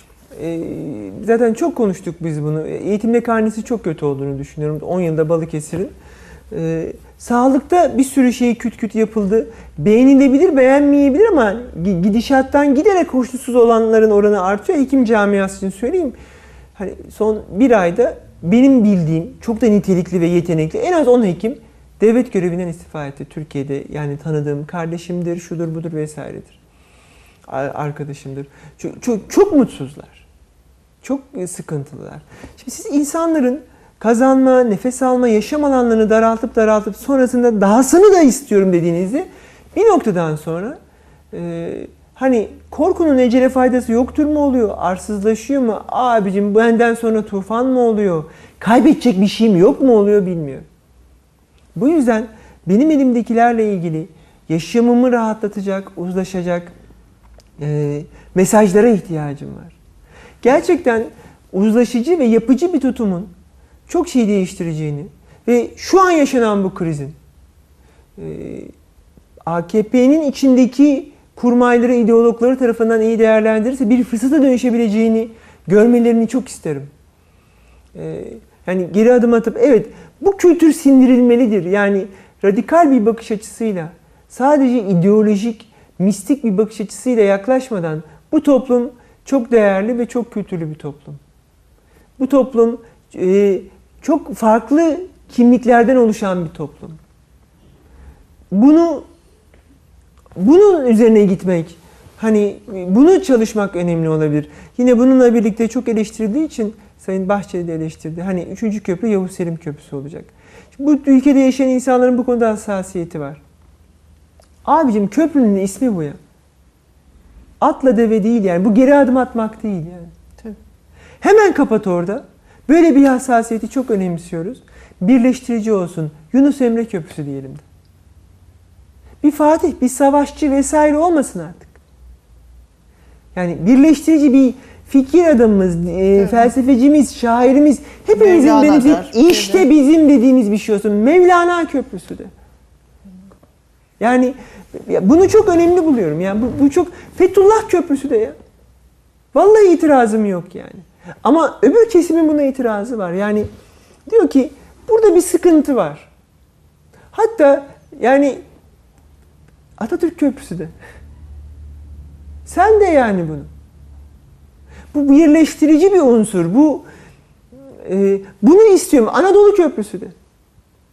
zaten çok konuştuk biz bunu. Eğitimde karnesi çok kötü olduğunu düşünüyorum. 10 yılda Balıkesir'in. Sağlıkta bir sürü şey küt küt yapıldı. Beğenilebilir, beğenmeyebilir ama gidişattan giderek hoşnutsuz olanların oranı artıyor. Hekim camiası için söyleyeyim. Hani son bir ayda benim bildiğim çok da nitelikli ve yetenekli en az 10 hekim devlet görevinden istifa etti Türkiye'de. Yani tanıdığım kardeşimdir, şudur budur vesairedir. Arkadaşımdır. Çok mutsuzlar. Çok sıkıntılılar. Şimdi siz insanların kazanma, nefes alma, yaşam alanlarını daraltıp sonrasında dahasını da istiyorum dediğinizde bir noktadan sonra hani korkunun ecele faydası yoktur mu oluyor? Arsızlaşıyor mu? Abicim benden sonra tufan mı oluyor? Kaybedecek bir şeyim yok mu oluyor bilmiyorum. Bu yüzden benim elimdekilerle ilgili yaşamımı rahatlatacak, uzlaşacak mesajlara ihtiyacım var. Gerçekten uzlaşıcı ve yapıcı bir tutumun çok şey değiştireceğini ve şu an yaşanan bu krizin AKP'nin içindeki kurmayları, ideologları tarafından iyi değerlendirirse bir fırsata dönüşebileceğini görmelerini çok isterim. Yani geri adım atıp evet bu kültür sindirilmelidir. Yani radikal bir bakış açısıyla, sadece ideolojik, mistik bir bakış açısıyla yaklaşmadan bu toplum çok değerli ve çok kültürlü bir toplum. Bu toplum çok farklı kimliklerden oluşan bir toplum. Bunun üzerine gitmek, hani bunu çalışmak önemli olabilir. Yine bununla birlikte çok eleştirildiği için Sayın Bahçeli de eleştirdi. Hani 3. köprü Yavuz Selim Köprüsü olacak. Şimdi bu ülkede yaşayan insanların bu konuda hassasiyeti var. Abicim köprünün ismi bu ya. Atla deve değil yani. Bu geri adım atmak değil yani. Tabii. Hemen kapat orada. Böyle bir hassasiyeti çok önemsiyoruz. Birleştirici olsun. Yunus Emre Köprüsü diyelim de. Bir Fatih, bir savaşçı vesaire olmasın artık. Yani birleştirici bir fikir adamımız, felsefecimiz, şairimiz, hepimizin benimsediği işte bizim dediğimiz bir şey olsun. Mevlana Köprüsü de. Yani bunu çok önemli buluyorum. Yani bu çok Fethullah Köprüsü de ya. Vallahi itirazım yok yani. Ama öbür kesimin buna itirazı var. Yani diyor ki burada bir sıkıntı var. Hatta yani Atatürk Köprüsü de. Sen de yani bunu. Bu birleştirici bir unsur. Bunu istiyorum. Anadolu Köprüsü de.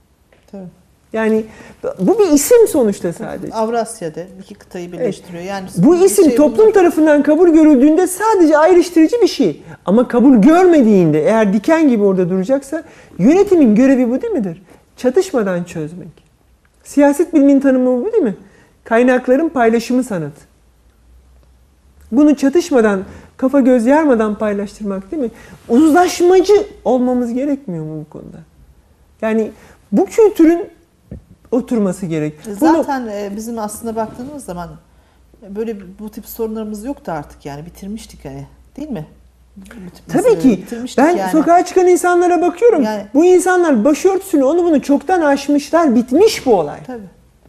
Tabii. Yani bu bir isim sonuçta sadece. Avrasya'da iki kıtayı birleştiriyor. Yani Bu isim toplum tarafından kabul görüldüğünde sadece ayrıştırıcı bir şey. Ama kabul görmediğinde, eğer diken gibi orada duracaksa, yönetimin görevi bu değil midir? Çatışmadan çözmek. Siyaset biliminin tanımı bu değil mi? Kaynakların paylaşımı sanatı. Bunu çatışmadan, kafa göz yarmadan paylaştırmak değil mi? Uzlaşmacı olmamız gerekmiyor mu bu konuda? Yani bu kültürün oturması gerek. Zaten bizim aslında baktığımız zaman böyle bu tip sorunlarımız yoktu artık, yani bitirmiştik hani, değil mi? Tabii ki. Ben yani sokağa çıkan insanlara bakıyorum. Yani, bu insanlar başörtüsünü, onu bunu çoktan aşmışlar. Bitmiş bu olay. Tabii.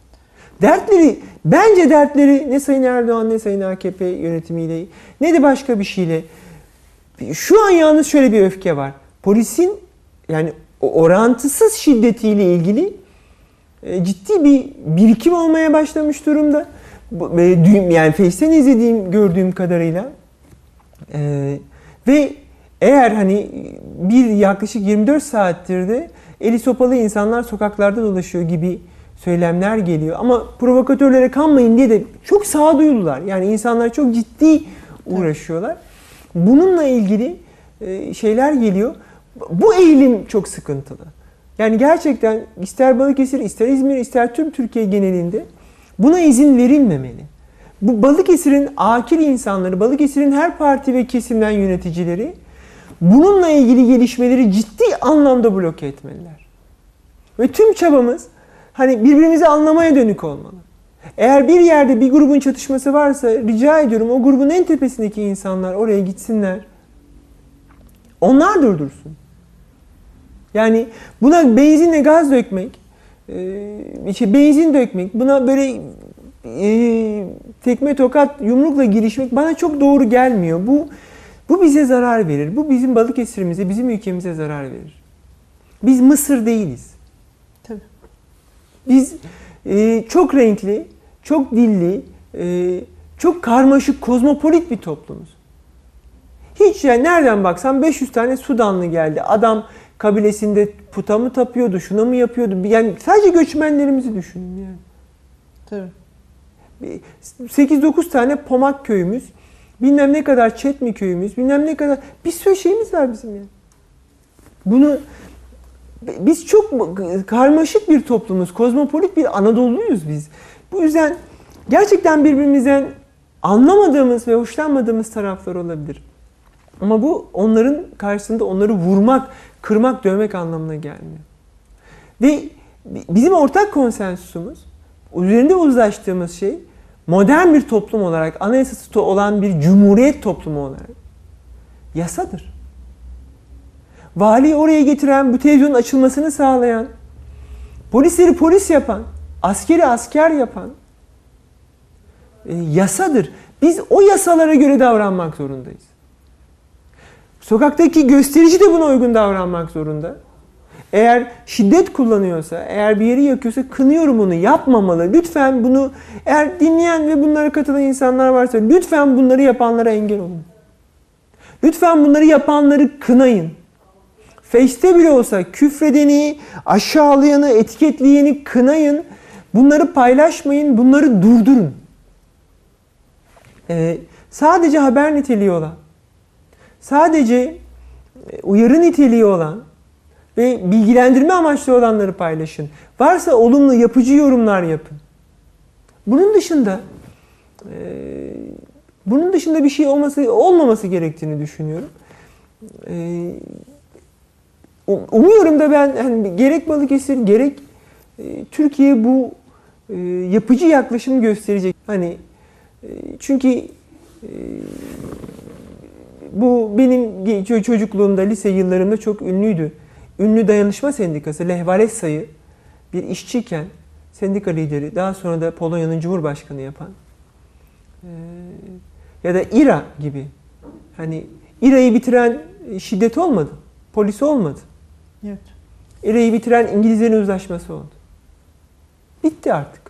Bence dertleri ne Sayın Erdoğan, ne Sayın AKP yönetimiyle, ne de başka bir şeyle. Şu an yalnız şöyle bir öfke var. Polisin yani orantısız şiddetiyle ilgili ciddi bir birikim olmaya başlamış durumda. Yani Face'ten izlediğim, gördüğüm kadarıyla. Ve eğer hani yaklaşık 24 saattir de eli sopalı insanlar sokaklarda dolaşıyor gibi söylemler geliyor. Ama provokatörlere kanmayın diye de çok sağduyulular. Yani insanlar çok ciddi uğraşıyorlar. Bununla ilgili şeyler geliyor. Bu eğilim çok sıkıntılı. Yani gerçekten ister Balıkesir, ister İzmir, ister tüm Türkiye genelinde buna izin verilmemeli. Bu Balıkesir'in akil insanları, Balıkesir'in her parti ve kesimden yöneticileri bununla ilgili gelişmeleri ciddi anlamda bloke etmeliler. Ve tüm çabamız hani birbirimizi anlamaya dönük olmalı. Eğer bir yerde bir grubun çatışması varsa rica ediyorum o grubun en tepesindeki insanlar oraya gitsinler. Onlar durdursun. Yani buna benzinle gaz dökmek, benzin dökmek, buna böyle tekme tokat yumrukla girişmek bana çok doğru gelmiyor. Bu bize zarar verir. Bu bizim Balıkesir'imize, bizim ülkemize zarar verir. Biz Mısır değiliz. Tabii. Biz çok renkli, çok dilli, çok karmaşık, kozmopolit bir toplumuz. Hiç yani nereden baksan 500 tane Sudanlı geldi. Adam kabilesinde puta mı tapıyordu, şuna mı yapıyordu? Yani sadece göçmenlerimizi düşünün yani. Tabii. 8-9 tane Pomak köyümüz, bilmem ne kadar Çetmi köyümüz, bilmem ne kadar bir sürü şeyimiz var bizim yani. Biz çok karmaşık bir toplumuz, kozmopolit bir Anadolu'luyuz biz. Bu yüzden gerçekten birbirimizden anlamadığımız ve hoşlanmadığımız taraflar olabilir. Ama bu onların karşısında onları vurmak, kırmak, dövmek anlamına gelmiyor. Ve bizim ortak konsensusumuz, üzerinde uzlaştığımız şey, modern bir toplum olarak, anayasası olan bir cumhuriyet toplumu olarak yasadır. Valiyi oraya getiren, bu televizyonun açılmasını sağlayan, polisleri polis yapan, askeri asker yapan yasadır. Biz o yasalara göre davranmak zorundayız. Sokaktaki gösterici de buna uygun davranmak zorunda. Eğer şiddet kullanıyorsa, eğer bir yeri yakıyorsa kınıyorum onu, yapmamalı. Lütfen bunu, eğer dinleyen ve bunlara katılan insanlar varsa lütfen bunları yapanlara engel olun. Lütfen bunları yapanları kınayın. Face'te bile olsa küfredeni, aşağılayanı, etiketleyeni kınayın. Bunları paylaşmayın, bunları durdurun. Sadece haber niteliği olan, sadece uyarı niteliği olan ve bilgilendirme amaçlı olanları paylaşın. Varsa olumlu, yapıcı yorumlar yapın. Bunun dışında bir şey olmaması gerektiğini düşünüyorum. Umuyorum da ben hani gerek Balıkesir gerek Türkiye bu yapıcı yaklaşımı gösterecek. Hani çünkü bu benim çocukluğumda, lise yıllarımda çok ünlüydü. Ünlü Dayanışma Sendikası, Lech Walesa'yı bir işçiyken sendika lideri, daha sonra da Polonya'nın Cumhurbaşkanı yapan ya da İRA gibi. Hani İRA'yı bitiren şiddet olmadı, polis olmadı. Evet. İRA'yı bitiren İngilizlerin uzlaşması oldu. Bitti artık.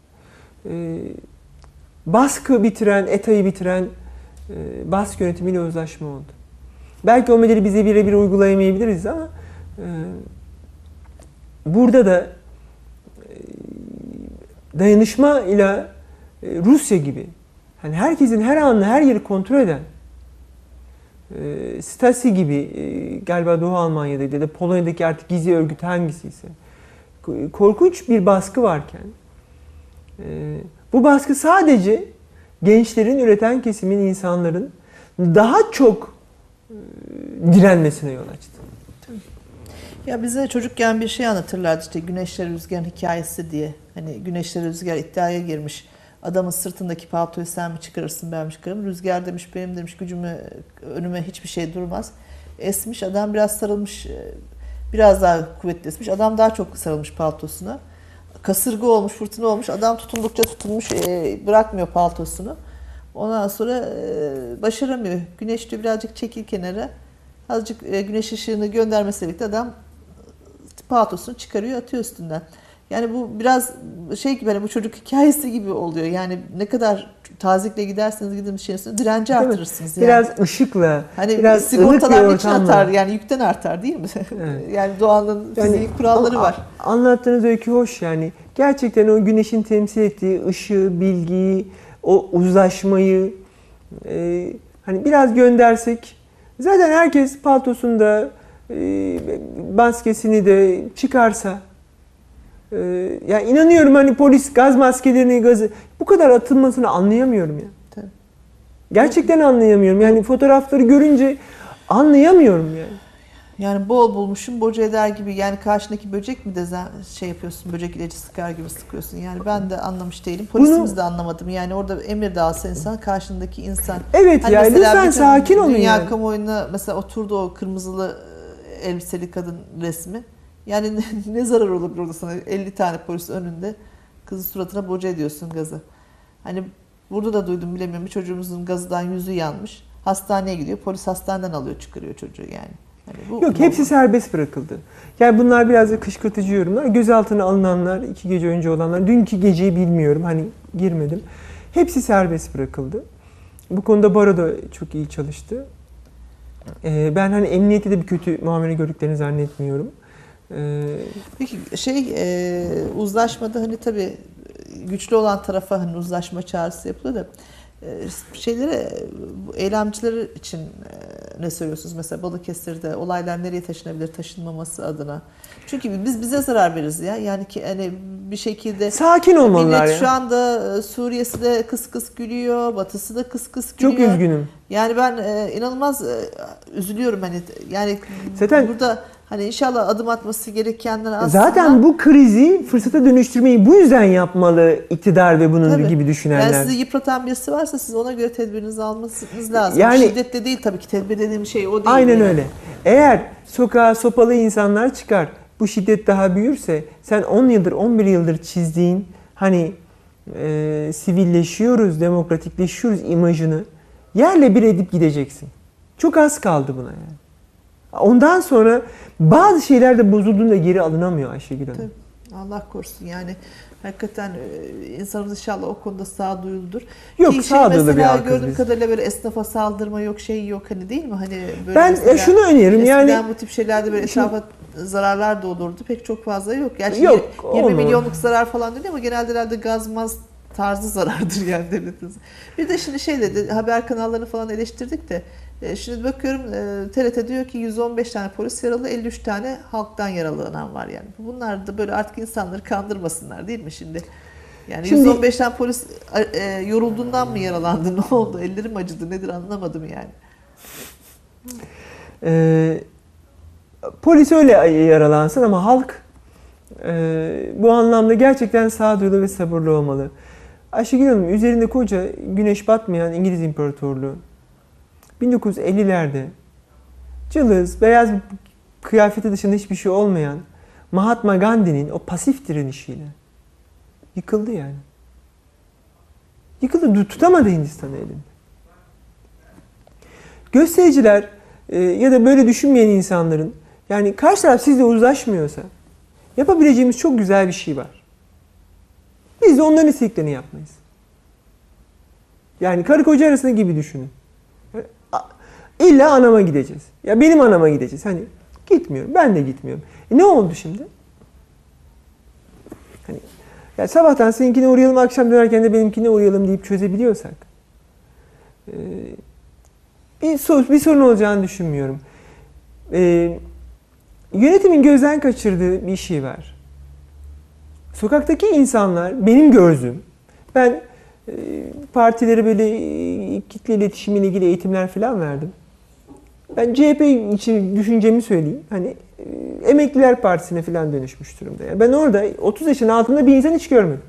Baskı bitiren, ETA'yı bitiren baskı yönetimiyle uzlaşma oldu. Belki o modeli bize birebir uygulayamayabiliriz ama burada da dayanışma ile Rusya gibi, hani herkesin her anını her yeri kontrol eden, Stasi gibi galiba Doğu Almanya'daydı ya da Polonya'daki artık gizli örgüt hangisiyse korkunç bir baskı varken bu baskı sadece gençlerin, üreten kesimin, insanların daha çok direnmesine yol açtı. Ya bize çocukken bir şey anlatırlardı, işte Güneşle Rüzgar'ın hikayesi diye. Hani Güneşle Rüzgar iddiaya girmiş. Adamın sırtındaki paltoyu sen mi çıkarırsın, ben mi çıkarırım? Rüzgar demiş, benim demiş gücümü, önüme hiçbir şey durmaz. Esmiş, adam biraz sarılmış, biraz daha kuvvetli esmiş. Adam daha çok sarılmış paltosuna. Kasırga olmuş, fırtına olmuş. Adam tutundukça tutunmuş, bırakmıyor paltosunu. Ondan sonra başaramıyor. Güneş diyor birazcık çekil kenara. Azıcık güneş ışığını göndermesiyle birlikte adam paltosunu çıkarıyor, atıyor üstünden. Yani bu biraz şey gibi, hani bu çocuk hikayesi gibi oluyor. Yani ne kadar tazikle giderseniz gidin bir şeyin üstüne direnci artırırsınız. Yani. Biraz ışıkla, hani biraz sigortalar için artar, yani yükten artar değil mi? Evet. Yani doğanın fizik kuralları var. Anlattığınız öykü hoş yani. Gerçekten o güneşin temsil ettiği ışığı, bilgiyi, o uzlaşmayı hani biraz göndersek, zaten herkes paltosunda maskesini de çıkarsa, ya inanıyorum hani polis gaz maskelerini, gazı bu kadar atılmasını anlayamıyorum ya. Tabii. Gerçekten anlayamıyorum. Yani fotoğrafları görünce anlayamıyorum yani. Yani bol bulmuşum boca eder gibi, yani karşındaki böcek mi de şey yapıyorsun, böcek ilacı sıkar gibi sıkıyorsun. Yani ben de anlamış değilim. Polisimiz de anlamadım. Yani orada emir dağılsa insan, karşındaki insan. Evet hani yani lütfen sakin olun dünya yani. Kamuoyuna mesela oturdu o kırmızılı elbiseli kadın resmi. Yani ne zarar olabilir orada sana? 50 tane polis önünde, kızı suratına boca ediyorsun gazı. Hani burada da duydum, bilemiyorum, bir çocuğumuzun gazından yüzü yanmış. Hastaneye gidiyor. Polis hastaneden alıyor, çıkarıyor çocuğu yani. Yani yok, hepsi serbest bırakıldı. Yani bunlar biraz da kışkırtıcı yorumlar. Gözaltına alınanlar, 2 gece önce olanlar, dünkü geceyi bilmiyorum, hani girmedim. Hepsi serbest bırakıldı. Bu konuda baro da çok iyi çalıştı. Ben hani emniyette de bir kötü muamele gördüklerini zannetmiyorum. Peki uzlaşmada hani tabii güçlü olan tarafa hani uzlaşma çağrısı yapılıyor da eylemciler için ne söylüyorsunuz? Mesela Balıkesir'de olaylar nereye taşınabilir, taşınmaması adına? Çünkü biz bize zarar veririz ya. Yani ki hani bir şekilde sakin olmalılar millet ya. Şu anda Suriye'si de kıs kıs gülüyor, Batı'sı da kıs kıs gülüyor. Çok üzgünüm. Yani ben inanılmaz üzülüyorum hani, yani zaten burada hani inşallah adım atması gerekenler aslında. Zaten bu krizi fırsata dönüştürmeyi bu yüzden yapmalı iktidar ve bunun gibi düşünenler. Yani sizi yıpratan birisi varsa siz ona göre tedbirinizi almanız lazım. Yani, şiddetle değil tabii ki, tedbir dediğim şey o değil. Aynen yani. öyle. Eğer sokağa sopalı insanlar çıkar, bu şiddet daha büyürse, sen 10 yıldır 11 yıldır çizdiğin hani sivilleşiyoruz, demokratikleşiyoruz imajını yerle bir edip gideceksin. Çok az kaldı buna yani. Ondan sonra bazı şeyler de bozulduğunda geri alınamıyor Ayşegül Hanım. Tabii. Allah korusun yani. Hakikaten insanımız inşallah o konuda sağduyuludur. Yok, sağduyulu bir halkız gördüğüm biz. kadarıyla böyle esnafa saldırma yok, şey yok hani, değil mi? Hani böyle ben şunu öneririm yani. Eskiden bu tip şeylerde böyle etrafa zararlar da olurdu. Pek çok fazla yok. Gerçi yok, 20 milyonluk zarar falan deniyor ama genelde herhalde gazmaz tarzı zarardır yani devletin. Bir de şimdi dedi, haber kanallarını falan eleştirdik de şimdi bakıyorum TRT diyor ki 115 tane polis yaralı, 53 tane halktan yaralanan var yani. Bunlar da böyle artık insanları kandırmasınlar değil mi şimdi? Yani şimdi, 115 tane polis yorulduğundan mı yaralandı, ne oldu, ellerim acıdı, nedir anlamadım yani. Polis öyle yaralansın ama halk bu anlamda gerçekten sağduyulu ve sabırlı olmalı. Ayşegül Hanım, üzerinde koca güneş batmayan İngiliz İmparatorluğu 1950'lerde cılız, beyaz bir kıyafeti dışında hiçbir şey olmayan Mahatma Gandhi'nin o pasif direnişiyle yıkıldı yani. Yıkıldı, tutamadı Hindistan'ı elinde. Göstericiler ya da böyle düşünmeyen insanların, yani karşı taraf sizle uzlaşmıyorsa yapabileceğimiz çok güzel bir şey var. Biz de onların istediklerini yapmayız. Yani karı koca arasında gibi düşünün. İlla anama gideceğiz. Ya benim anama gideceğiz. Hani gitmiyorum. Ben de gitmiyorum. Ne oldu şimdi? Hani Yani sabahtan seninkine uğrayalım, akşam dönerken de benimkine uğrayalım deyip çözebiliyorsak bir sorun olacağını düşünmüyorum. Yönetimin gözden kaçırdığı bir şey var. Sokaktaki insanlar, benim gördüğüm, ben partilere böyle kitle iletişimiyle ilgili eğitimler falan verdim. Ben CHP için düşüncemi söyleyeyim. Hani Emekliler Partisi'ne falan dönüşmüş durumda. Yani ben orada 30 yaşın altında bir insan hiç görmedim.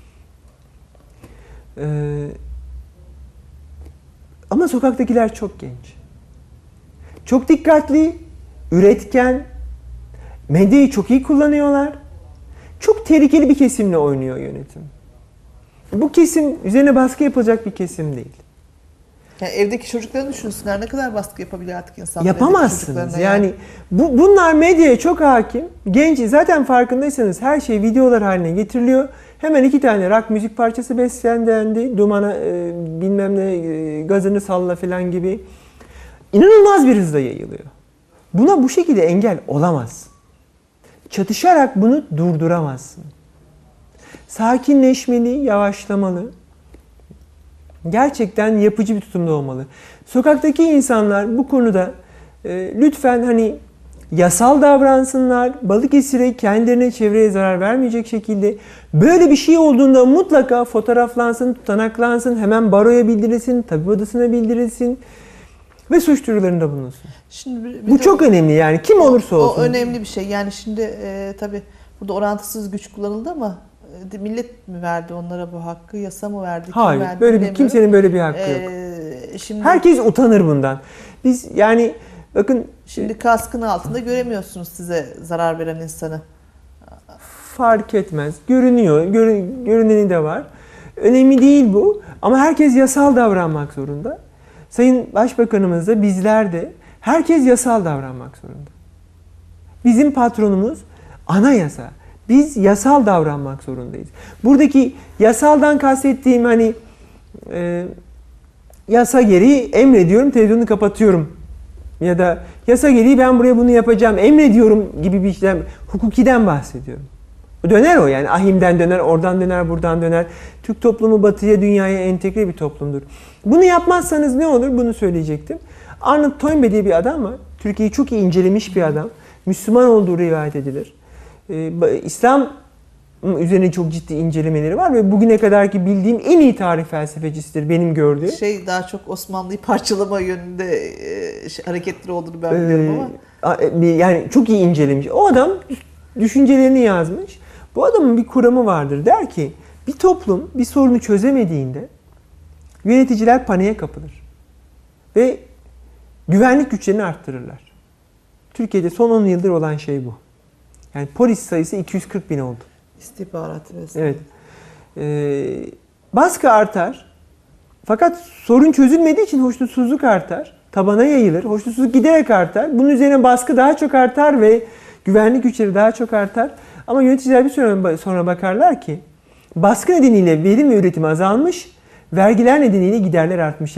Ama sokaktakiler çok genç. Çok dikkatli, üretken, medyayı çok iyi kullanıyorlar. Çok tehlikeli bir kesimle oynuyor yönetim. Bu kesim üzerine baskı yapılacak bir kesim değil. Yani evdeki çocuklarını düşünsünler. Ne kadar baskı yapabilir artık insanlar? Yapamazsınız. Yani bunlar medyaya çok hakim. Genç, zaten farkındaysanız her şey videolar haline getiriliyor. Hemen 2 tane rock müzik parçası beslendi. Dumana bilmem ne gazını salla falan gibi. İnanılmaz bir hızla yayılıyor. Buna bu şekilde engel olamaz. Çatışarak bunu durduramazsın. Sakinleşmeli, yavaşlamalı. Gerçekten yapıcı bir tutumda olmalı. Sokaktaki insanlar bu konuda lütfen hani yasal davransınlar. Balıkesir'e, kendilerine, çevreye zarar vermeyecek şekilde. Böyle bir şey olduğunda mutlaka fotoğraflansın, tutanaklansın, hemen baroya bildirilsin, tabip odasına bildirilsin ve suç duyurularında bulunsun. Şimdi bu çok önemli yani kim olursa olsun. O önemli bir şey. Yani şimdi tabii burada orantısız güç kullanıldı ama millet mi verdi onlara bu hakkı, yasa mı verdi? Hayır, verdi, böyle kimsenin böyle bir hakkı yok. Şimdi, herkes utanır bundan. Biz yani bakın şimdi kaskın altında göremiyorsunuz size zarar veren insanı. Fark etmez. Görünüyor. Görüneni de var. Önemli değil bu. Ama herkes yasal davranmak zorunda. Sayın Başbakanımız da bizler de herkes yasal davranmak zorunda. Bizim patronumuz anayasa. Biz yasal davranmak zorundayız. Buradaki yasaldan kastettiğim hani yasa gereği emrediyorum, televizyonu kapatıyorum. Ya da yasa gereği ben buraya bunu yapacağım, emrediyorum gibi bir şeyden, hukukiden bahsediyorum. Döner o yani. Ahim'den döner, oradan döner, buradan döner. Türk toplumu batıya, dünyaya entegre bir toplumdur. Bunu yapmazsanız ne olur? Bunu söyleyecektim. Arnold Toynbee diye bir adam var. Türkiye'yi çok iyi incelemiş bir adam. Müslüman olduğu rivayet edilir. İslam üzerine çok ciddi incelemeleri var ve bugüne kadarki bildiğim en iyi tarih felsefecisidir benim gördüğüm. Daha çok Osmanlı'yı parçalama yönünde hareketleri olduğunu ben biliyorum ama. Yani çok iyi incelemiş. O adam düşüncelerini yazmış. Bu adamın bir kuramı vardır. Der ki bir toplum bir sorunu çözemediğinde yöneticiler paniğe kapılır. Ve güvenlik güçlerini arttırırlar. Türkiye'de son 10 yıldır olan şey bu. Yani polis sayısı 240 bin oldu. İstihbarat vesaire. Evet. Baskı artar. Fakat sorun çözülmediği için hoşnutsuzluk artar. Tabana yayılır. Hoşnutsuzluk giderek artar. Bunun üzerine baskı daha çok artar ve güvenlik güçleri daha çok artar. Ama yöneticiler bir süre sonra bakarlar ki baskı nedeniyle verim ve üretim azalmış, vergiler nedeniyle giderler artmış.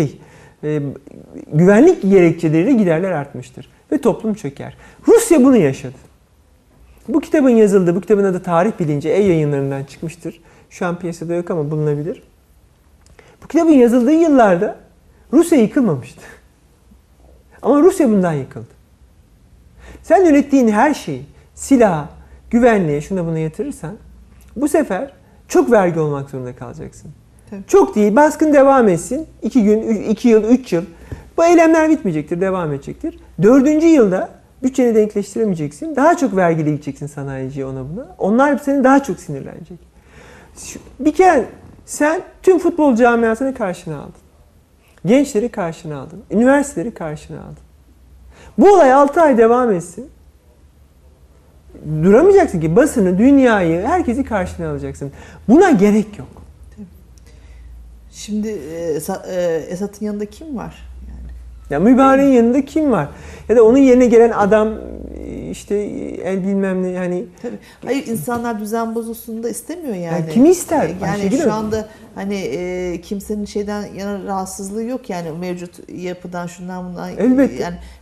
Güvenlik gerekçeleriyle giderler artmıştır. Ve toplum çöker. Rusya bunu yaşadı. Bu kitabın yazıldığı, bu kitabın adı Tarih Bilinci, yayınlarından çıkmıştır. Şu an piyasada yok ama bulunabilir. Bu kitabın yazıldığı yıllarda Rusya yıkılmamıştı. Ama Rusya bundan yıkıldı. Sen ürettiğin her şeyi, silaha, güvenliğe, şuna buna yatırırsan bu sefer çok vergi olmak zorunda kalacaksın. Tabii. Çok değil, baskın devam etsin. 2 gün, 2 yıl, 3 yıl. Bu eylemler bitmeyecektir, devam edecektir. 4. yılda bütçeni denkleştiremeyeceksin. Daha çok vergiyle gideceksin sanayiciye, ona buna. Onlar seni daha çok sinirlenecek. Bir kere sen tüm futbol camiasını karşına aldın. Gençleri karşına aldın. Üniversiteleri karşına aldın. Bu olay 6 ay devam etsin. Duramayacaksın ki basını, dünyayı, herkesi karşına alacaksın. Buna gerek yok. Şimdi Esat'ın yanında kim var? Ya mübareğin yanında kim var? Ya da onun yerine gelen adam işte el bilmem ne yani. Tabii. Hayır, insanlar düzen bozulsun da istemiyor yani. Yani kimi ister? Yani şu anda hani kimsenin şeyden yana rahatsızlığı yok yani mevcut yapıdan şundan bundan. Elbette. Yani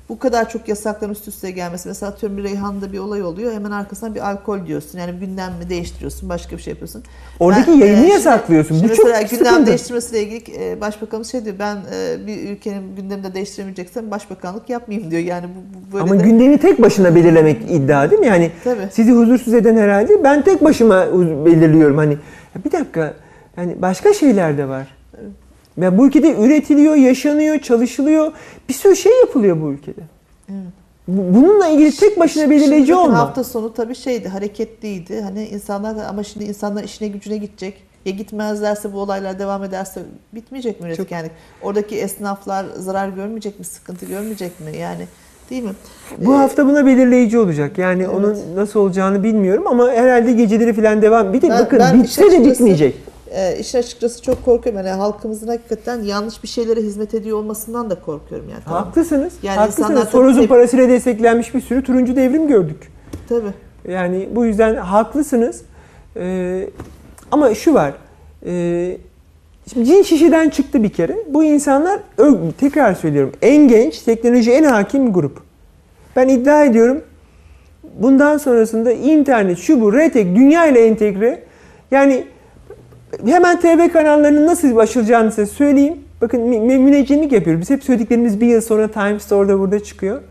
bu kadar çok yasakların üst üste gelmesi. Mesela atıyorum bir Reyhan'da bir olay oluyor. Hemen arkasından bir alkol diyorsun. Yani gündemi değiştiriyorsun. Başka bir şey yapıyorsun. Oradaki yayını yasaklıyorsun. Şimdi Bu çok mesela gündem sıkıntı. değiştirmesiyle ilgili başbakanımız şey diyor. Ben bir ülkenin gündemini de değiştiremeyeceksem başbakanlık yapmayayım diyor. Yani bu böyle Ama de... gündemi tek başına belirlemek iddia değil mi? Yani Tabii. sizi huzursuz eden herhalde ben tek başıma belirliyorum. Hani ya bir dakika, yani başka şeyler de var. Evet. Ya bu ülkede üretiliyor, yaşanıyor, çalışılıyor. Bir sürü şey yapılıyor bu ülkede. Evet. Bununla ilgili tek başına belirleyici Şimdi bakın olma. hafta sonu tabii şeydi, hareketliydi. Hani insanlar da, ama şimdi insanlar işine gücüne gidecek. Ya gitmezlerse, bu olaylar devam ederse bitmeyecek mi üretkenlik? Oradaki esnaflar zarar görmeyecek mi, sıkıntı görmeyecek mi? Yani değil mi? Bu hafta buna belirleyici olacak. Yani Evet. onun nasıl olacağını bilmiyorum ama herhalde geceleri falan devam. Bir de Ben bakın bitse de açıkçası- bitmeyecek. İşin açıkçası çok korkuyorum. Yani halkımızın hakikaten yanlış bir şeylere hizmet ediyor olmasından da korkuyorum. Yani, tamam. Haklısınız. Yani Haklısınız. insanlar Soros'un tabii- parasıyla desteklenmiş bir sürü turuncu devrim gördük. Tabii. Yani bu yüzden haklısınız. Ama şu var. Şimdi cin şişeden çıktı bir kere. Bu insanlar, tekrar söylüyorum, en genç, teknoloji en hakim grup. Ben iddia ediyorum, bundan sonrasında internet, şu bu, RTK, dünya ile entegre. Yani hemen TV kanallarının nasıl açılacağını size söyleyeyim. Bakın müneccimlik yapıyoruz. Biz hep söylediklerimiz bir yıl sonra Times'ta orada burada çıkıyor.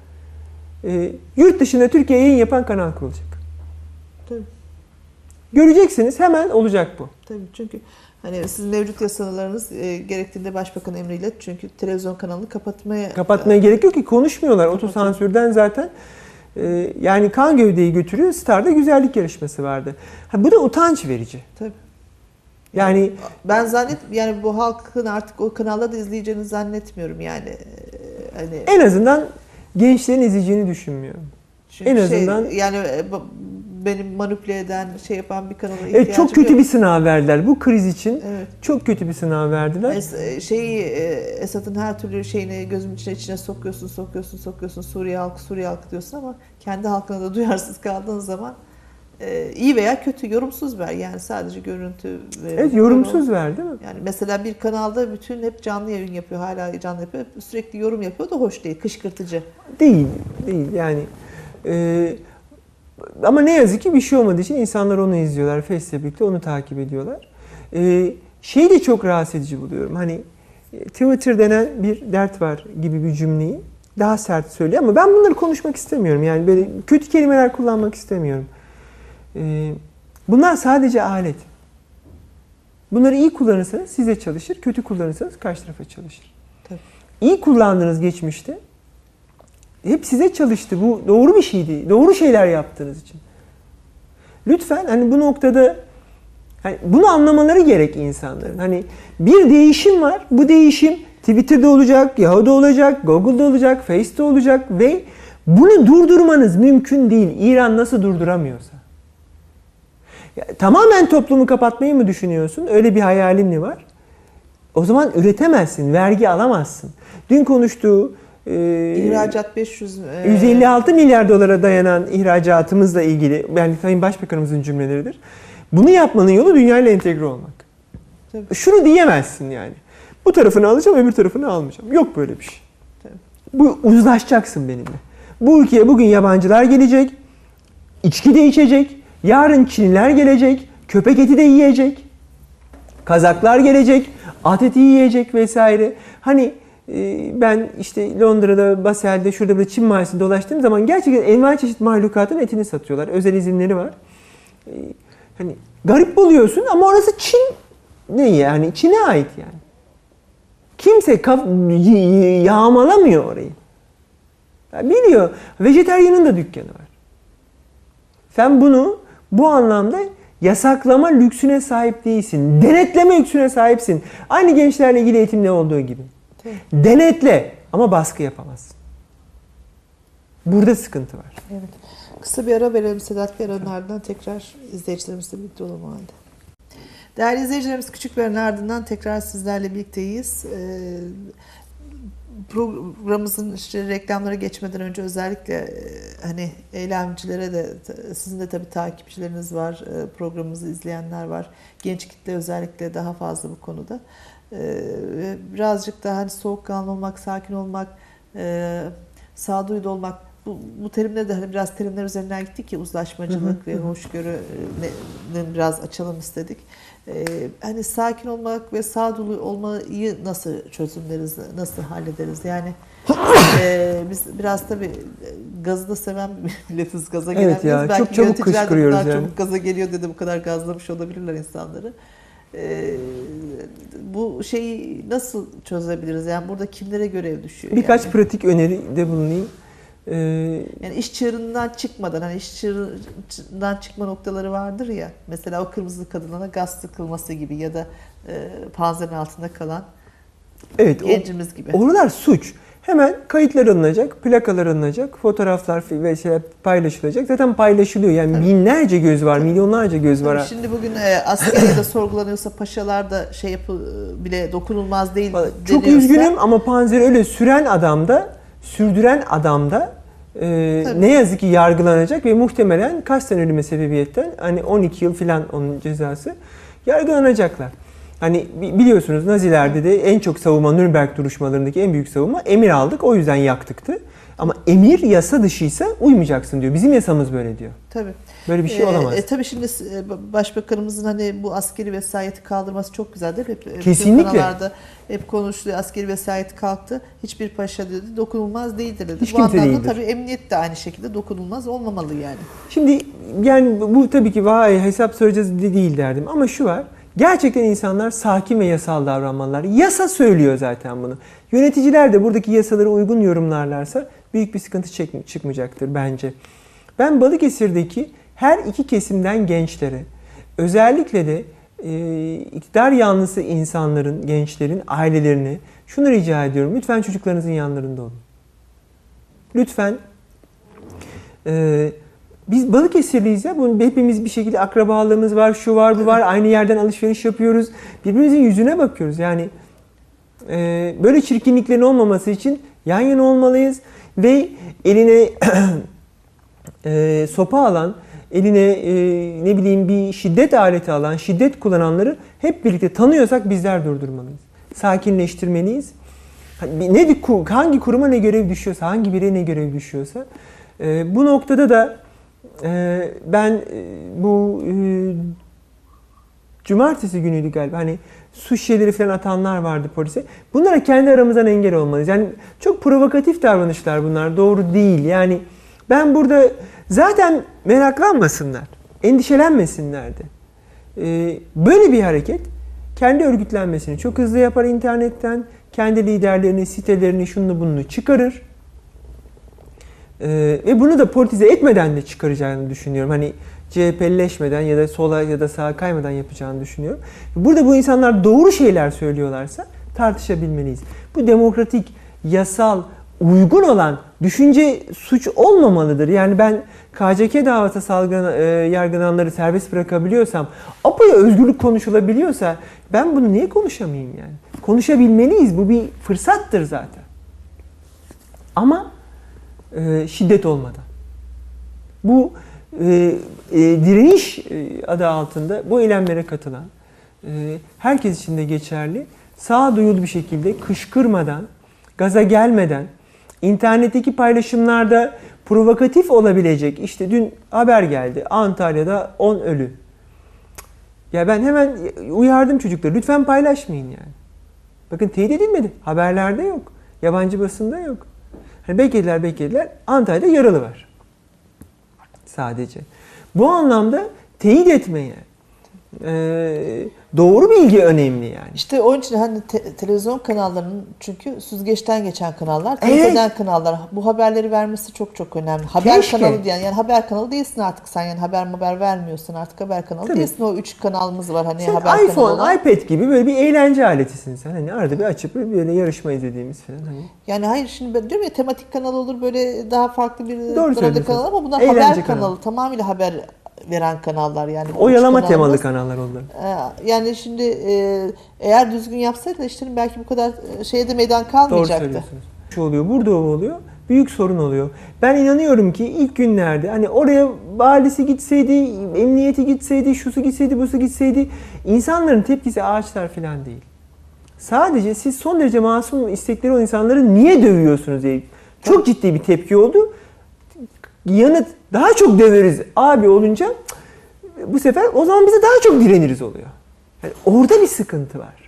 Yurt dışında Türkiye'ye yayın yapan kanal kurulacak. Tabii. Göreceksiniz, hemen olacak bu. Tabii, çünkü hani sizin mevcut yasalarınız gerektiğinde başbakan emriyle, çünkü televizyon kanalını Kapatmaya gerek yok ki, konuşmuyorlar. Otosansürden zaten yani kan gövdeyi götürüyor. Star'da güzellik yarışması vardı. Bu da utanç verici. Tabii. Yani Ben yani bu halkın artık o kanalda da izleyeceğini zannetmiyorum yani. Hani en azından gençlerin izleyeceğini düşünmüyorum. çünkü en azından yani benim manipüle eden, şey yapan bir kanala ihtiyacım çok kötü yok. bir sınav verdiler. Bu kriz için Evet. çok kötü bir sınav verdiler. Esat'ın her türlü şeyini gözümün içine sokuyorsun. Suriye halkı diyorsun ama kendi halkına da duyarsız kaldığın zaman iyi veya kötü yorumsuz ver. Yani sadece görüntü ve Evet, yorumsuz ver değil mi? yani mesela bir kanalda hep canlı yayın yapıyor, hala canlı yapıyor. Sürekli yorum yapıyor da hoş değil, kışkırtıcı. Değil yani. Ama ne yazık ki bir şey olmadığı için insanlar onu izliyorlar. Facebook'ta onu takip ediyorlar. Şeyi de çok rahatsız edici buluyorum. Hani Twitter denen bir dert var gibi bir cümleyi daha sert söylüyor ama ben bunları konuşmak istemiyorum. Yani böyle kötü kelimeler kullanmak istemiyorum. Bunlar sadece alet. Bunları iyi kullanırsanız size çalışır, kötü kullanırsanız karşı tarafa çalışır. Tabii. İyi kullandığınız geçmişte hep size çalıştı. Bu doğru bir şeydi. Doğru şeyler yaptığınız için. Lütfen hani bu noktada hani bunu anlamaları gerek insanların. Hani bir değişim var. Bu değişim Twitter'da olacak, Yahoo'da olacak, Google'da olacak, Face'te olacak ve bunu durdurmanız mümkün değil. İran nasıl durduramıyorsa. Ya, tamamen toplumu kapatmayı mı düşünüyorsun? Öyle bir hayalin mi var? O zaman üretemezsin, vergi alamazsın. Dün konuştuğu İhracat 156 milyar dolara dayanan ihracatımızla ilgili, yani Sayın Başbakanımızın cümleleridir. Bunu yapmanın yolu dünyayla entegre olmak. Tabii. Şunu diyemezsin yani. Bu tarafını alacağım, öbür tarafını almayacağım. Yok böyle bir şey. Tabii. Bu uzlaşacaksın benimle. Bu ülkeye bugün yabancılar gelecek, içki de içecek, yarın Çinliler gelecek, köpek eti de yiyecek, Kazaklar gelecek, at eti yiyecek vesaire. Hani ben işte Londra'da, Basel'de, şurada burada Çin mahallesinde dolaştığım zaman gerçekten envai çeşit mahlukatın etini satıyorlar. Özel izinleri var. Hani garip buluyorsun ama orası Çin. Ne yani? Çin'e ait yani. Kimse yağmalamıyor orayı. Yani biliyor. Vejetaryenin da dükkanı var. Sen bunu bu anlamda yasaklama lüksüne sahip değilsin. Denetleme lüksüne sahipsin. Aynı gençlerle ilgili eğitimde olduğu gibi. Denetle ama baskı yapamazsın. Burada sıkıntı var. Evet. Kısa bir ara verelim Sedat, bir aranın ardından tekrar izleyicilerimizle birlikte olalım o halde. Değerli izleyicilerimiz, küçük bir aranın ardından tekrar sizlerle birlikteyiz. Programımızın işte reklamlara geçmeden önce özellikle hani eylemcilere de, sizin de tabii takipçileriniz var, programımızı izleyenler var. Genç kitle özellikle daha fazla bu konuda. Birazcık daha hani soğukkanlı olmak, sakin olmak, sağduyulu olmak, bu terimleri de hani biraz terimler üzerinden gittik ya, uzlaşmacılık ve hoşgörünün biraz açalım istedik. Hani sakin olmak ve sağduyulu olmayı nasıl çözümleriz, nasıl hallederiz? Yani biz biraz tabii gazı da seven bir milletiz, gaza gelen Evet ya, belki çok çabuk yöneticiler de kışkırıyoruz bunlar yani. çabuk gaza geliyor dedi, bu kadar gazlamış olabilirler insanları. Bu şeyi nasıl çözebiliriz? Yani burada kimlere görev düşüyor? Birkaç yani? pratik öneride bulunayım. Yani iş çığırından çıkmadan, hani iş çığırından çıkma noktaları vardır ya. Mesela o kırmızı kadınlara gaz sıkılması gibi ya da panzerin altında kalan Evet, gencimiz gibi. Oralar suç. Hemen kayıtlar alınacak, plakalar alınacak, fotoğraflar ve şeyler paylaşılacak. Zaten paylaşılıyor. Yani Tabii. binlerce göz var, milyonlarca göz var. Şimdi bugün askeriyede sorgulanıyorsa paşalarda bile dokunulmaz değil Çok deniyorsa, üzgünüm ama panzeri öyle sürdüren adamda ne yazık ki yargılanacak ve muhtemelen kasten ölüme sebebiyetten hani 12 yıl filan onun cezası yargılanacaklar. Hani biliyorsunuz Nazilerde de en çok savunma, Nürnberg duruşmalarındaki en büyük savunma, emir aldık o yüzden yaktıktı. Ama emir yasa dışıysa uymayacaksın diyor. Bizim yasamız böyle diyor. Tabii. Böyle bir şey olamaz. Tabii şimdi Başbakanımızın hani bu askeri vesayeti kaldırması çok güzel değil mi? Kesinlikle. Kanallarda hep konuşuluyor, askeri vesayet kalktı. Hiçbir paşa dedi dokunulmaz değildir dedi. Hiç bu kimse anlamda değildir. tabii emniyet de aynı şekilde dokunulmaz olmamalı yani. Şimdi yani bu tabii ki vay hesap soracağız değil derdim ama şu var. Gerçekten insanlar sakin ve yasal davranmalılar. Yasa söylüyor zaten bunu. Yöneticiler de buradaki yasaları uygun yorumlarlarsa büyük bir sıkıntı çıkmayacaktır bence. Ben Balıkesir'deki her iki kesimden gençlere, özellikle de iktidar yanlısı insanların, gençlerin ailelerine şunu rica ediyorum. Lütfen çocuklarınızın yanlarında olun. Lütfen. Biz Balıkesirliyiz ya. Bunun hepimiz bir şekilde akrabalığımız var, şu var, bu var. Aynı yerden alışveriş yapıyoruz. Birbirimizin yüzüne bakıyoruz. Yani böyle çirkinliklerin olmaması için yan yana olmalıyız. Ve eline sopa alan, eline ne bileyim bir şiddet aleti alan, şiddet kullananları hep birlikte tanıyorsak bizler durdurmalıyız. Sakinleştirmeliyiz. Hangi kuruma ne görev düşüyorsa, hangi bireye ne görev düşüyorsa. Bu noktada da ben bu cumartesi günüydü galiba, hani su şişeleri falan atanlar vardı polise. Bunlara kendi aramızdan engel olmalıyız. Yani çok provokatif davranışlar bunlar, doğru değil. Yani ben burada zaten meraklanmasınlar, endişelenmesinler de. Böyle bir hareket kendi örgütlenmesini çok hızlı yapar internetten. Kendi liderlerini, sitelerini, şunu bunu çıkarır. Ve bunu da politize etmeden de çıkaracağını düşünüyorum. Hani CHP'leşmeden ya da sola ya da sağa kaymadan yapacağını düşünüyorum. Burada bu insanlar doğru şeyler söylüyorlarsa tartışabilmeliyiz. Bu demokratik, yasal, uygun olan düşünce suç olmamalıdır. Yani ben KCK davası yargılananları serbest bırakabiliyorsam, APO'ya özgürlük konuşulabiliyorsa ben bunu niye konuşamayayım yani? Konuşabilmeliyiz. Bu bir fırsattır zaten. Ama şiddet olmadan. Bu direniş adı altında bu eylemlere katılan herkes için de geçerli. Sağduyulu bir şekilde kışkırmadan, gaza gelmeden, internetteki paylaşımlarda provokatif olabilecek, işte dün haber geldi Antalya'da 10 ölü. Ya ben hemen uyardım çocukları, lütfen paylaşmayın yani. Bakın teyit edilmedi, haberlerde yok, yabancı basında yok. Hani beklediler, Antalya'da yaralı var. Sadece. Bu anlamda teyit etmeye, doğru bilgi önemli yani. İşte onun için hani televizyon kanallarının, çünkü süzgeçten geçen kanallar, teyit eden kanallar, bu haberleri vermesi çok çok önemli. Haber kanalı diyen, yani haber kanalı değilsin artık sen, yani haber vermiyorsun artık, haber kanalı değilsin. O 3 kanalımız var hani, sen haber iPhone, kanalı olan. iPad gibi böyle bir eğlence aletisin sen. Hani arada bir açıp böyle yarışma izlediğimiz falan hani. Yani hayır, şimdi ben diyorum ya, tematik kanal olur, böyle daha farklı bir kanal, ama bunlar eğlence haber kanalı. kanalı. Tamamıyla haber veren kanallar yani. Oyalama temalı kanallar onlar. Yani şimdi eğer düzgün yapsaydı işlerin belki bu kadar şeye de meydan kalmayacaktı. Doğru söylüyorsunuz. Şu oluyor, burada oluyor. Büyük sorun oluyor. Ben inanıyorum ki ilk günlerde hani oraya valisi gitseydi, emniyeti gitseydi, şusu gitseydi, busu gitseydi, insanların tepkisi ağaçlar falan değil. Sadece siz son derece masum istekleri o insanları niye dövüyorsunuz diye Çok ciddi bir tepki oldu. Yanıt daha çok döveriz abi olunca bu sefer o zaman bize daha çok direniriz oluyor. Yani orada bir sıkıntı var.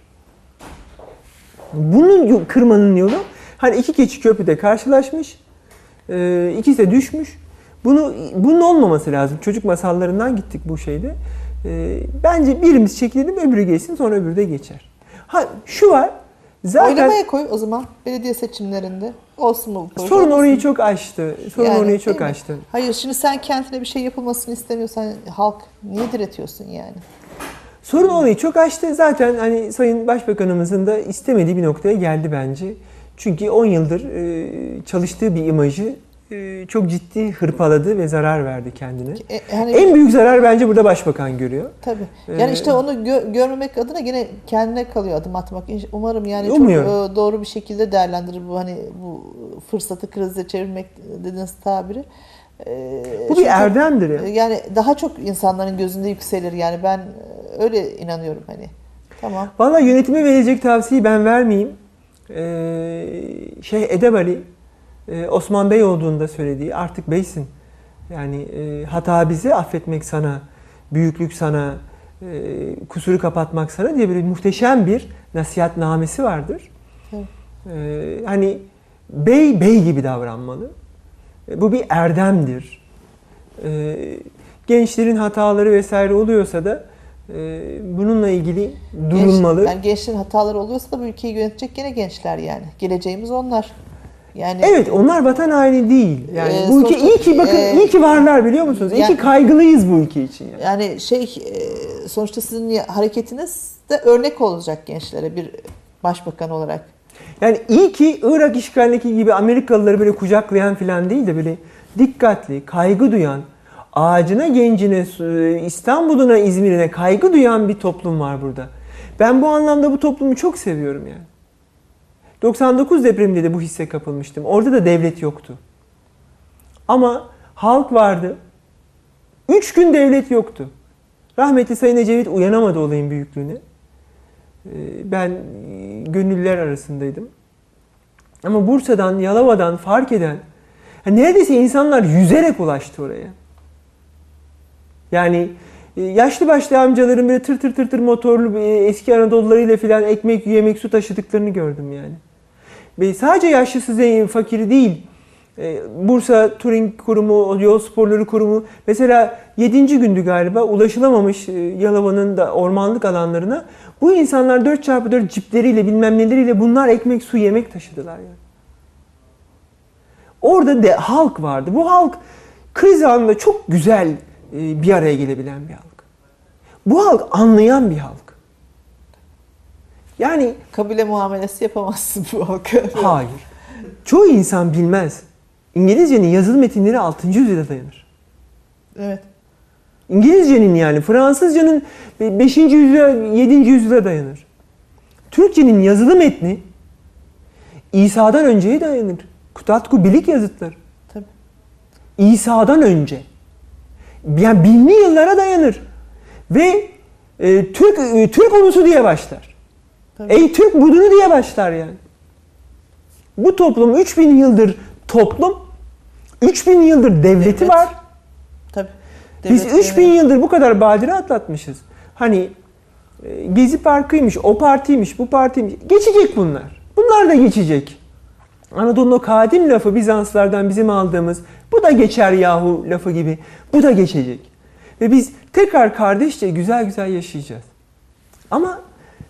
Bunun kırmanın yolu hani iki keçi köprüde karşılaşmış, ikisi de düşmüş. Bunun olmaması lazım. Çocuk masallarından gittik bu şeyde. Bence birimiz çekilelim, öbürü geçsin, sonra öbürü de geçer. Ha şu var. Zaten oylamaya koy o zaman belediye seçimlerinde. Olsun mu bu proje? sorun olmasın orayı mı? çok aştı. Sorun Yani, orayı çok değil mi? aştı. Hayır, şimdi sen kentine bir şey yapılmasını istemiyorsan halk niye diretiyorsun yani? Sorun orayı çok aştı. Zaten hani Sayın Başbakanımızın da istemediği bir noktaya geldi bence. Çünkü 10 yıldır çalıştığı bir imajı çok ciddi hırpaladı ve zarar verdi kendine. Hani, En büyük zarar bence burada Başbakan görüyor. tabii. Yani işte onu görmemek adına yine kendine kalıyor adım atmak. Umarım yani Umuyorum. çok doğru bir şekilde değerlendirir bu hani bu fırsatı krize çevirmek dediğiniz tabiri. Bu bir erdemdir ya. Yani daha çok insanların gözünde yükselir yani ben öyle inanıyorum hani. Tamam. Valla yönetime verecek tavsiyeyi ben vermeyeyim. Edebali, Osman Bey olduğunda söylediği artık beysin. Yani hata bizi, affetmek sana, büyüklük sana, kusuru kapatmak sana diye böyle muhteşem bir nasihatnamesi vardır. Evet. Hani bey gibi davranmalı. Bu bir erdemdir. Gençlerin hataları vesaire oluyorsa da bununla ilgili durulmalı. Yani gençlerin hataları oluyorsa da bu ülkeyi yönetecek gene gençler yani. Geleceğimiz onlar. Yani Evet, onlar vatan haini değil. Yani bu ülke iyi ki iyi ki varlar biliyor musunuz? İyi ki kaygılıyız bu ülke için. Yani Sonuçta sizin hareketiniz de örnek olacak gençlere bir başbakan olarak. Yani iyi ki Irak işgalindeki gibi Amerikalıları böyle kucaklayan falan değil de böyle dikkatli, kaygı duyan, ağacına, gencine, İstanbul'una, İzmir'ine kaygı duyan bir toplum var burada. Ben bu anlamda bu toplumu çok seviyorum yani. 99 depreminde de bu hisse kapılmıştım. Orada da devlet yoktu. Ama halk vardı. 3 gün devlet yoktu. Rahmetli Sayın Ecevit uyanamadı olayın büyüklüğüne. Ben gönüllüler arasındaydım. Ama Bursa'dan, Yalova'dan fark eden, neredeyse insanlar yüzerek ulaştı oraya. Yani yaşlı başlı amcaların böyle tır motorlu eski Anadolularıyla filan ekmek, yemek, su taşıdıklarını gördüm yani. Ve sadece yaşlısı, zengin, fakiri değil. Bursa Touring Kurumu, Yol Sporları Kurumu mesela 7. gündü galiba ulaşılamamış Yalova'nın da ormanlık alanlarına. Bu insanlar 4x4 cipleriyle bilmem neleriyle bunlar ekmek, su, yemek taşıdılar yani. Orada da halk vardı. Bu halk kriz anında çok güzel bir araya gelebilen bir halk. Bu halk anlayan bir halk. Yani Kabile muamelesi yapamazsın bu halka. hayır. Çoğu insan bilmez. İngilizcenin yazılı metinleri 6. yüzyıla dayanır. Evet. İngilizcenin yani Fransızcanın 5. yüzyıla, 7. yüzyıla dayanır. Türkçenin yazılı metni İsa'dan önceye dayanır. Kutatku Bilik yazıtları. Tabii. İsa'dan önce. Yani binli yıllara dayanır. Ve Türk ulusu diye başlar. Tabii. Ey Türk budunu diye başlar yani. Bu toplum 3000 yıldır toplum, 3000 yıldır devleti var. Tabii. Biz 3000 yıldır bu kadar badire atlatmışız. Hani Gezi Parkı'ymış, o partiymiş, bu partiymiş. Geçecek bunlar. Bunlar da geçecek. Anadolu'nun o kadim lafı Bizanslardan bizim aldığımız bu da geçer yahu lafı gibi. Bu da geçecek. Ve biz tekrar kardeşçe güzel güzel yaşayacağız. Ama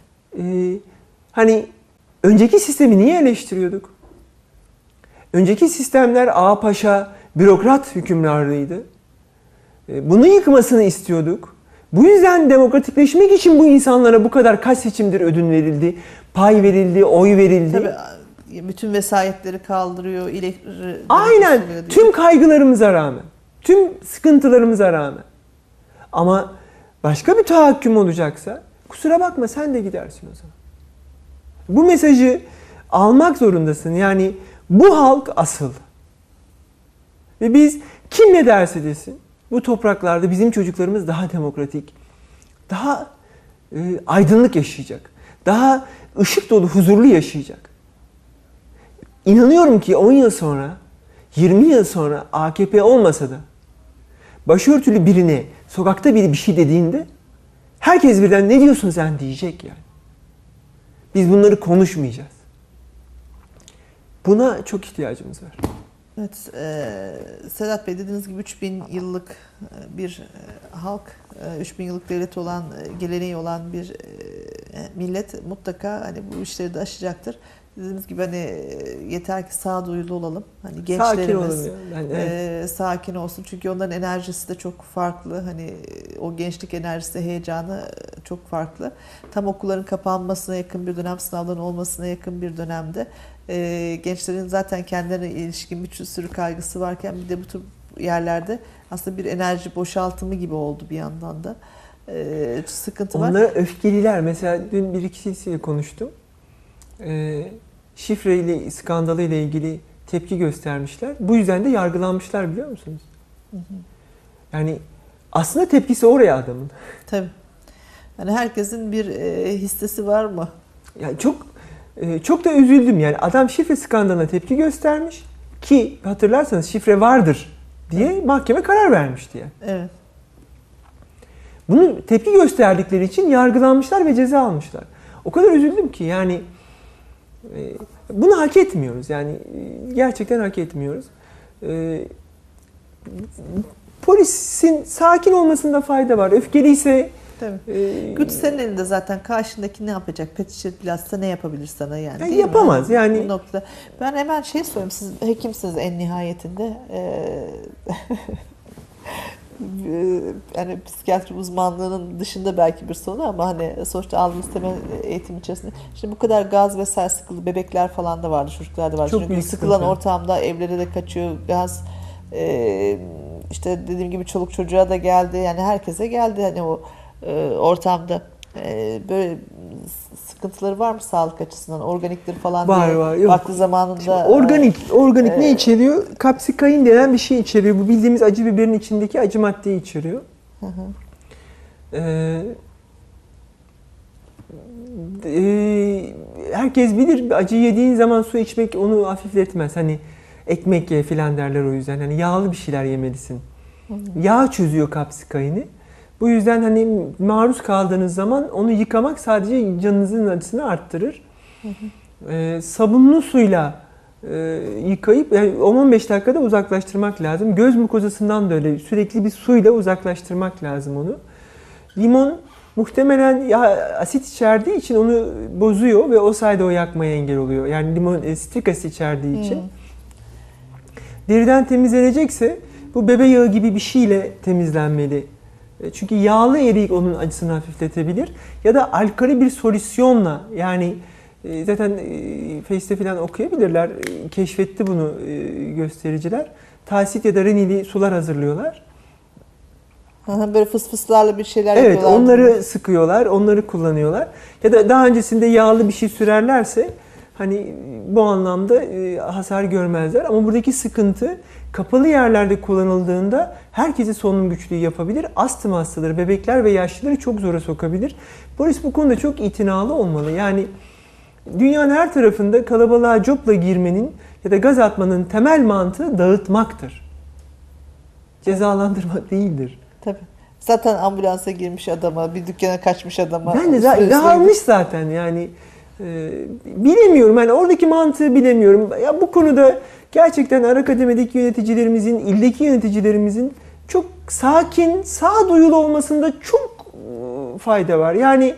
hani önceki sistemi niye eleştiriyorduk? Önceki sistemler ağa paşa, bürokrat hükümranlığıydı. Bunu yıkmasını istiyorduk. Bu yüzden demokratikleşmek için bu insanlara bu kadar kaç seçimdir ödün verildi, pay verildi, oy verildi. Tabii bütün vesayetleri kaldırıyor, aynen, tüm kaygılarımıza rağmen, tüm sıkıntılarımıza rağmen. Ama başka bir tahakküm olacaksa kusura bakma sen de gidersin o zaman. Bu mesajı almak zorundasın. Yani bu halk asıl. Ve biz kim ne derse desin bu topraklarda bizim çocuklarımız daha demokratik, daha aydınlık yaşayacak. Daha ışık dolu, huzurlu yaşayacak. inanıyorum ki 10 yıl sonra, 20 yıl sonra AKP olmasa da başörtülü birine sokakta biri bir şey dediğinde herkes birden ne diyorsun sen diyecek yani. Biz bunları konuşmayacağız. Buna çok ihtiyacımız var. Evet, Sedat Bey dediğiniz gibi 3000 yıllık bir halk, 3000 yıllık devlet olan, geleneği olan bir millet mutlaka hani bu işleri de aşacaktır. Dediğimiz gibi hani yeter ki sağduyulu olalım. Hani gençlerimiz sakin olsun. Çünkü onların enerjisi de çok farklı. Hani o gençlik enerjisi, heyecanı çok farklı. Tam okulların kapanmasına yakın bir dönem, sınavların olmasına yakın bir dönemde gençlerin zaten kendilerine ilişkin bir sürü kaygısı varken bir de bu tür yerlerde aslında bir enerji boşaltımı gibi oldu bir yandan da. Sıkıntı var. Onlara öfkeliler. Mesela dün bir ikisiyle konuştum. Şifreyle, skandalıyla ilgili tepki göstermişler. Bu yüzden de yargılanmışlar biliyor musunuz? Hı hı. Yani aslında tepkisi oraya adamın. Tabii. Yani herkesin bir hissesi var mı? Yani çok da üzüldüm yani. Adam şifre skandalına tepki göstermiş ki hatırlarsanız şifre vardır diye mahkeme karar vermişti yani. Evet. Bunu tepki gösterdikleri için yargılanmışlar ve ceza almışlar. O kadar üzüldüm ki yani bunu hak etmiyoruz. Yani gerçekten hak etmiyoruz. Polisin sakin olmasında fayda var. Öfkeliyse güç senin elinde zaten. Karşındaki ne yapacak? Petişir bilhassa ne yapabilir sana yani? Yapamaz mi? Yani. Bu noktada. Ben hemen sorayım. Siz hekimsiniz en nihayetinde. Yani psikiyatri uzmanlığının dışında belki bir sorun ama hani sonuçta aldığınız temel eğitim içerisinde. Şimdi bu kadar gaz vesaire sıkıldı. Bebekler falan da vardı, çocuklar da vardı. Çünkü sıkılan ortamda evlere de kaçıyor gaz. İşte dediğim gibi çoluk çocuğa da geldi. Yani herkese geldi hani o ortamda. Böyle sıkıntıları var mı sağlık açısından? Organiktir falan var, diye. Var. Yok. Vakti zamanında. Şimdi organik ne içeriyor? Kapsikain denen bir şey içeriyor. Bu bildiğimiz acı biberin içindeki acı maddeyi içeriyor. Hı hı. Herkes bilir acı yediğin zaman su içmek onu hafifletmez. Hani ekmek ye filan derler o yüzden. Hani yağlı bir şeyler yemelisin. Hı hı. Yağ çözüyor kapsikaini. Bu yüzden hani maruz kaldığınız zaman onu yıkamak sadece canınızın acısını arttırır. Hı hı. Sabunlu suyla yıkayıp yani 10-15 dakikada uzaklaştırmak lazım. Göz mukozasından da öyle sürekli bir suyla uzaklaştırmak lazım onu. Limon muhtemelen asit içerdiği için onu bozuyor ve o sayede o yakmaya engel oluyor. Yani limon sitrik asit içerdiği için. Deriden temizlenecekse bu bebe yağı gibi bir şeyle temizlenmeli. Çünkü yağlı erik onun acısını hafifletebilir. Ya da alkali bir solüsyonla yani zaten Face'te falan okuyabilirler. Keşfetti bunu göstericiler. Talsit ya da renili sular hazırlıyorlar. Böyle fısfıslarla bir şeyler yapıyorlar. Evet, onları sıkıyorlar, onları kullanıyorlar. Ya da daha öncesinde yağlı bir şey sürerlerse hani bu anlamda hasar görmezler. Ama buradaki sıkıntı kapalı yerlerde kullanıldığında herkesi solunum güçlüğü yapabilir. Astım hastaları, bebekler ve yaşlıları çok zora sokabilir. Polis bu konuda çok itinalı olmalı. Yani dünyanın her tarafında kalabalığa copla girmenin ya da gaz atmanın temel mantığı dağıtmaktır. Cezalandırmak değildir. Tabii. Zaten ambulansa girmiş adama, bir dükkana kaçmış adama. Ben de dağılmış zaten yani. Bilemiyorum. Yani oradaki mantığı bilemiyorum. Ya bu konuda gerçekten Ara Kademe'deki yöneticilerimizin, ildeki yöneticilerimizin çok sakin, sağduyulu olmasında çok fayda var. Yani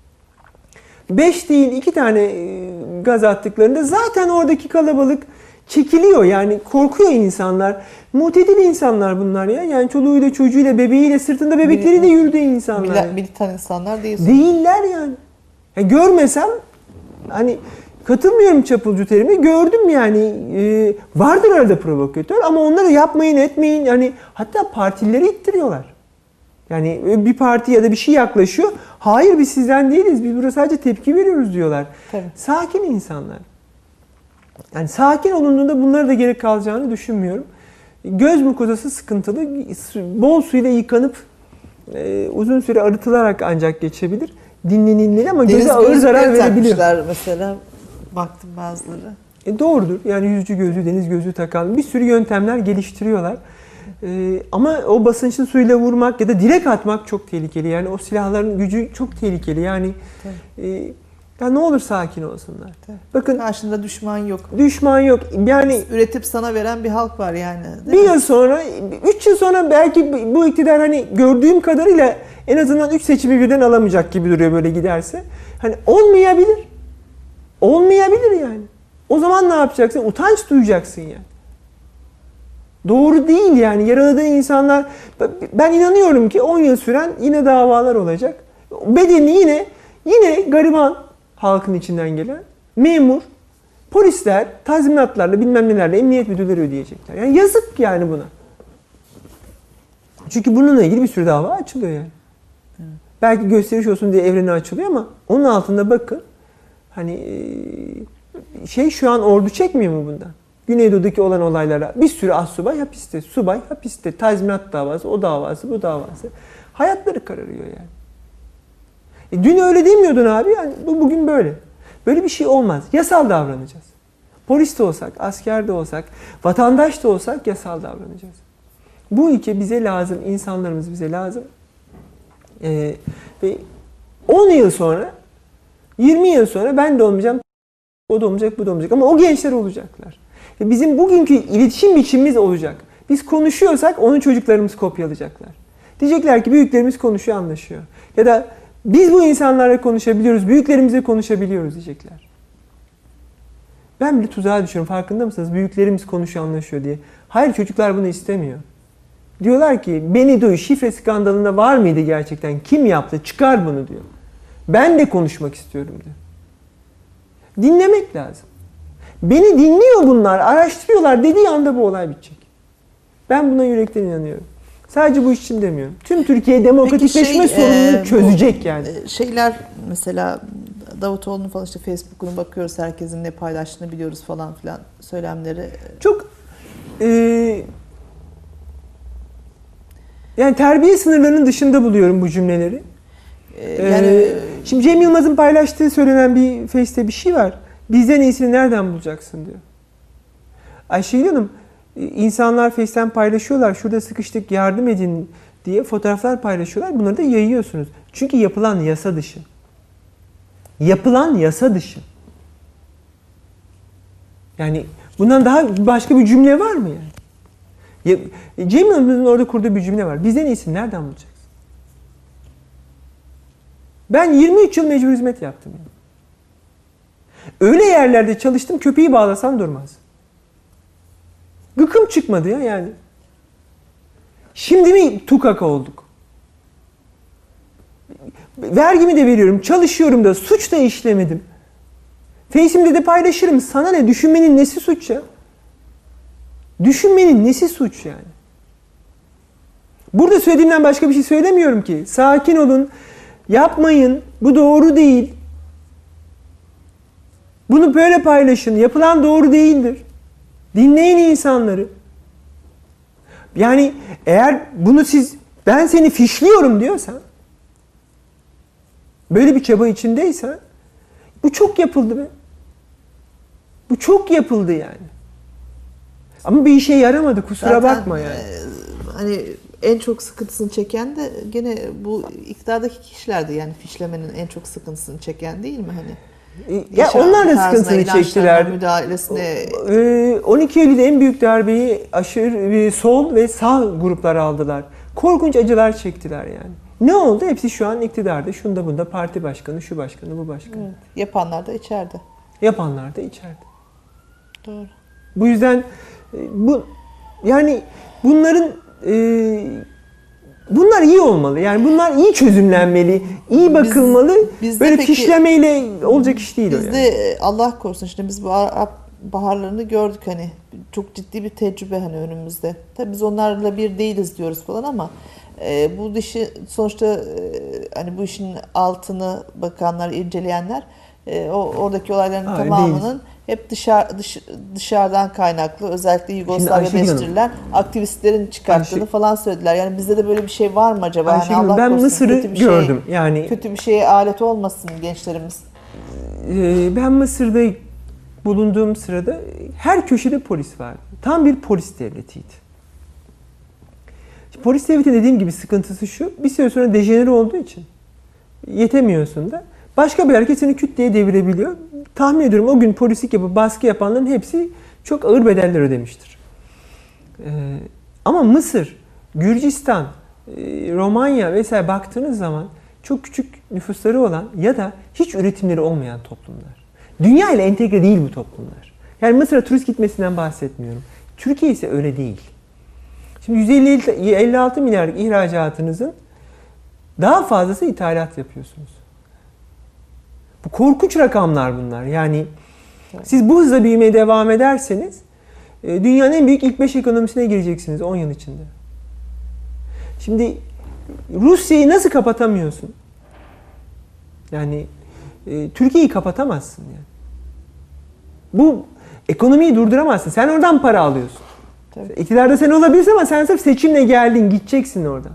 5 değil 2 tane gaz attıklarında zaten oradaki kalabalık çekiliyor. Yani korkuyor insanlar. Mutedil insanlar bunlar ya. Yani çoluğuyla, çocuğuyla, bebeğiyle, sırtında bebekleriyle yürüdüğü insanlar. Militan insanlar değil. Değiller yani. Ya görmesem hani katılmıyorum çapulcu terime. Gördüm yani. Vardır arada provokatör ama onları yapmayın, etmeyin. Yani hatta partileri ittiriyorlar. Yani bir parti ya da bir şey yaklaşıyor. Hayır biz sizden değiliz. Biz burada sadece tepki veriyoruz diyorlar. Tabii. Sakin insanlar. Yani sakin olunduğunda bunlara da gerek kalacağını düşünmüyorum. Göz mukozası sıkıntılı. Bol suyla yıkanıp uzun süre arıtılarak ancak geçebilir. Dinlenilmeli ama göze ağır zarar verebiliyor. Mesela baktım bazıları. Doğrudur. Yani yüzücü gözlüğü, deniz gözlüğü takan bir sürü yöntemler geliştiriyorlar. Ama o basınçlı suyla vurmak ya da direkt atmak çok tehlikeli. Yani o silahların gücü çok tehlikeli. Yani ya ne olur sakin olsunlar. Tabii. Bakın Karşında düşman yok. düşman yok. Yani Üretip sana veren bir halk var yani. bir Değil mi? yıl sonra, 3 yıl sonra belki bu iktidar hani gördüğüm kadarıyla en azından 3 seçimi birden alamayacak gibi duruyor böyle giderse. Hani olmayabilir. Olmayabilir yani. O zaman ne yapacaksın? Utanç duyacaksın yani. Doğru değil yani. Yaraladığı insanlar, ben inanıyorum ki 10 yıl süren yine davalar olacak. Bedelini yine gariban halkın içinden gelen memur, polisler tazminatlarla bilmem nelerle emniyet müdürleri ödeyecekler. Yani yazık yani buna. Çünkü bununla ilgili bir sürü dava açılıyor yani. Evet. Belki gösteriş olsun diye evrene açılıyor ama onun altında bakın hani şu an ordu çekmiyor mu bundan? Güneydoğu'daki olan olaylara bir sürü astsubay hapiste, subay hapiste, tazminat davası, o davası, bu davası. Hayatları kararıyor yani. Dün öyle demiyordun abi, yani bu bugün böyle. Böyle bir şey olmaz. Yasal davranacağız. Polis de olsak, asker de olsak, vatandaş da olsak yasal davranacağız. Bu ülke bize lazım, insanlarımız bize lazım. Ve 10 yıl sonra, 20 yıl sonra ben de olmayacağım, o da olmayacak, bu da olmayacak. Ama o gençler olacaklar. Ve bizim bugünkü iletişim biçimimiz olacak. Biz konuşuyorsak onu çocuklarımız kopyalayacaklar. Diyecekler ki büyüklerimiz konuşuyor, anlaşıyor. Ya da biz bu insanlarla konuşabiliyoruz, büyüklerimizle konuşabiliyoruz diyecekler. Ben bile tuzağa düşüyorum, farkında mısınız? Büyüklerimiz konuşuyor, anlaşıyor diye. Hayır, çocuklar bunu istemiyor. Diyorlar ki beni duy, şifre skandalında var mıydı gerçekten? Kim yaptı? Çıkar bunu diyor. Ben de konuşmak istiyorum diyor. Dinlemek lazım. Beni dinliyor bunlar, araştırıyorlar dediği anda bu olay bitecek. Ben buna yürekten inanıyorum. Sadece bu iş için demiyorum. Tüm Türkiye demokratikleşme sorununu çözecek yani. Şeyler mesela Davutoğlu'nun falan işte Facebook'unu bakıyoruz, herkesin ne paylaştığını biliyoruz falan filan söylemleri. Çok yani terbiye sınırlarının dışında buluyorum bu cümleleri. Şimdi Cem Yılmaz'ın paylaştığı söylenen bir Face'te bir şey var. Bizden iyisini nereden bulacaksın diyor. Ayşegül Hanım, insanlar Face'ten paylaşıyorlar. Şurada sıkıştık, yardım edin diye fotoğraflar paylaşıyorlar. Bunları da yayıyorsunuz. Çünkü yapılan yasa dışı. Yapılan yasa dışı. Yani bundan daha başka bir cümle var mı yani? Cem Yılmaz'ın orada kurduğu bir cümle var. Bizden iyisini nereden bulacaksın? Ben 23 yıl mecbur hizmet yaptım. Yani. Öyle yerlerde çalıştım, köpeği bağlasam durmaz. Gıkım çıkmadı ya yani. Şimdi mi tukaka olduk? Vergimi de veriyorum, çalışıyorum da, suç da işlemedim. Face'imde de paylaşırım. Sana ne? Düşünmenin nesi suç ya? Düşünmenin nesi suç yani? Burada söylediğimden başka bir şey söylemiyorum ki. Sakin olun, yapmayın, bu doğru değil. Bunu böyle paylaşın, yapılan doğru değildir. Dinleyin insanları. Yani eğer bunu ben seni fişliyorum diyorsan, böyle bir çaba içindeysen, bu çok yapıldı be. Bu çok yapıldı yani. Ama bir işe yaramadı, kusura zaten, bakma yani. Hani en çok sıkıntısını çeken de gene bu iktidardaki kişilerdi, yani fişlemenin en çok sıkıntısını çeken değil mi hani? Ya onlar da sıkıntısını çektiler. Müdahalesine. 12 Eylül'de en büyük darbeyi aşırı sol ve sağ gruplar aldılar. Korkunç acılar çektiler yani. Ne oldu? Hepsi şu an iktidarda. Şunda bunda parti başkanı, şu başkanı, bu başkanı. Evet. Yapanlar da içeride. Yapanlar da içeride. Doğru. Bu yüzden yani bunların bunlar iyi olmalı. Yani bunlar iyi çözümlenmeli, iyi bakılmalı. Böyle fişlemeyle olacak iş değil o yani. Bizde Allah korusun, işte biz bu Arap baharlarını gördük, hani çok ciddi bir tecrübe hani önümüzde. Tabii biz onlarla bir değiliz diyoruz falan ama bu işi sonuçta hani bu işin altını bakanlar, inceleyenler oradaki olayların tamamının hep dışarıdan kaynaklı, özellikle Yugoslavya'da eleştirilen aktivistlerin çıkarttığını falan söylediler. Yani bizde de böyle bir şey var mı acaba? Hani Allah ben Mısır'ı gördüm. Yani kötü bir şeye alet olmasın gençlerimiz. Ben Mısır'da bulunduğum sırada her köşede polis vardı. Tam bir polis devletiydi. Polis devleti dediğim gibi sıkıntısı şu, bir süre sonra dejenere olduğu için yetemiyorsun da başka bir hareket seni küt diye devirebiliyor. Tahmin ediyorum o gün polislik yapıp baskı yapanların hepsi çok ağır bedeller ödemiştir. Ama Mısır, Gürcistan, Romanya vesaire baktığınız zaman çok küçük nüfusları olan ya da hiç üretimleri olmayan toplumlar. Dünya ile entegre değil bu toplumlar. Yani Mısır'a turist gitmesinden bahsetmiyorum. Türkiye ise öyle değil. Şimdi 156 milyarlık ihracatınızın daha fazlası ithalat yapıyorsunuz. Bu korkunç rakamlar bunlar. Yani siz bu hızla büyümeye devam ederseniz dünyanın en büyük ilk 5 ekonomisine gireceksiniz 10 yıl içinde. Şimdi Rusya'yı nasıl kapatamıyorsun? Yani Türkiye'yi kapatamazsın yani. Bu ekonomiyi durduramazsın. Sen oradan para alıyorsun. Tabii. İktidarda sen olabilirsin ama sen sırf seçimle geldin, gideceksin oradan.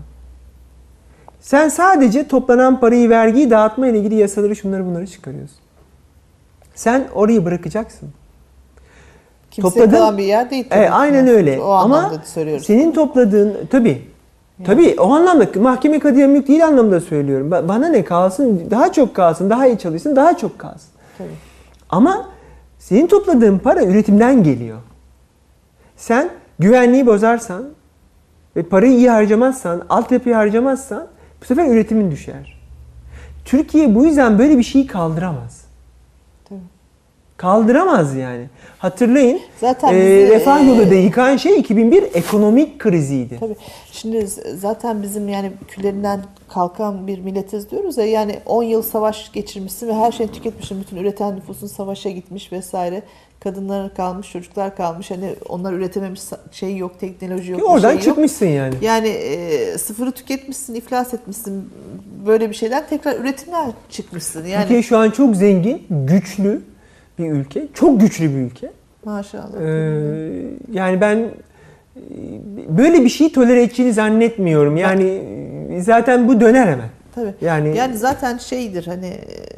Sen sadece toplanan parayı, vergiyi dağıtma ile ilgili yasaları, şunları bunları çıkarıyorsun. Sen orayı bırakacaksın. Kimseye kalan bir yer değil. Aynen öyle. O ama senin topladığın, tabii o anlamda mahkeme kadıya mülk değil anlamda söylüyorum. Bana ne kalsın, daha çok kalsın, daha iyi çalışsın, daha çok kalsın. Tabii. Ama senin topladığın para üretimden geliyor. Sen güvenliği bozarsan ve parayı iyi harcamazsan, altyapıyı harcamazsan bu sefer üretimin düşer. Türkiye bu yüzden böyle bir şeyi kaldıramaz. Tabii. Kaldıramaz yani. Hatırlayın, zaten refah yolu da yıkan şey 2001 ekonomik kriziydi. Tabii. Şimdi zaten bizim yani küllerinden kalkan bir milletiz diyoruz ya, yani 10 yıl savaş geçirmişsin ve her şeyi tüketmişsin. Bütün üreten nüfusun savaşa gitmiş vesaire. Kadınlar kalmış, çocuklar kalmış. Hani onlar üretememiş, şey yok, teknoloji yok. Oradan şey çıkmışsın yok. yani. Yani sıfırı tüketmişsin, iflas etmişsin. Böyle bir şeyden tekrar üretimden çıkmışsın. Yani Türkiye şu an çok zengin, güçlü bir ülke. Çok güçlü bir ülke. Maşallah. Yani ben böyle bir şeyi tolere edeceğini zannetmiyorum. Yani zaten bu döner hemen. Tabii. Yani zaten şeydir hani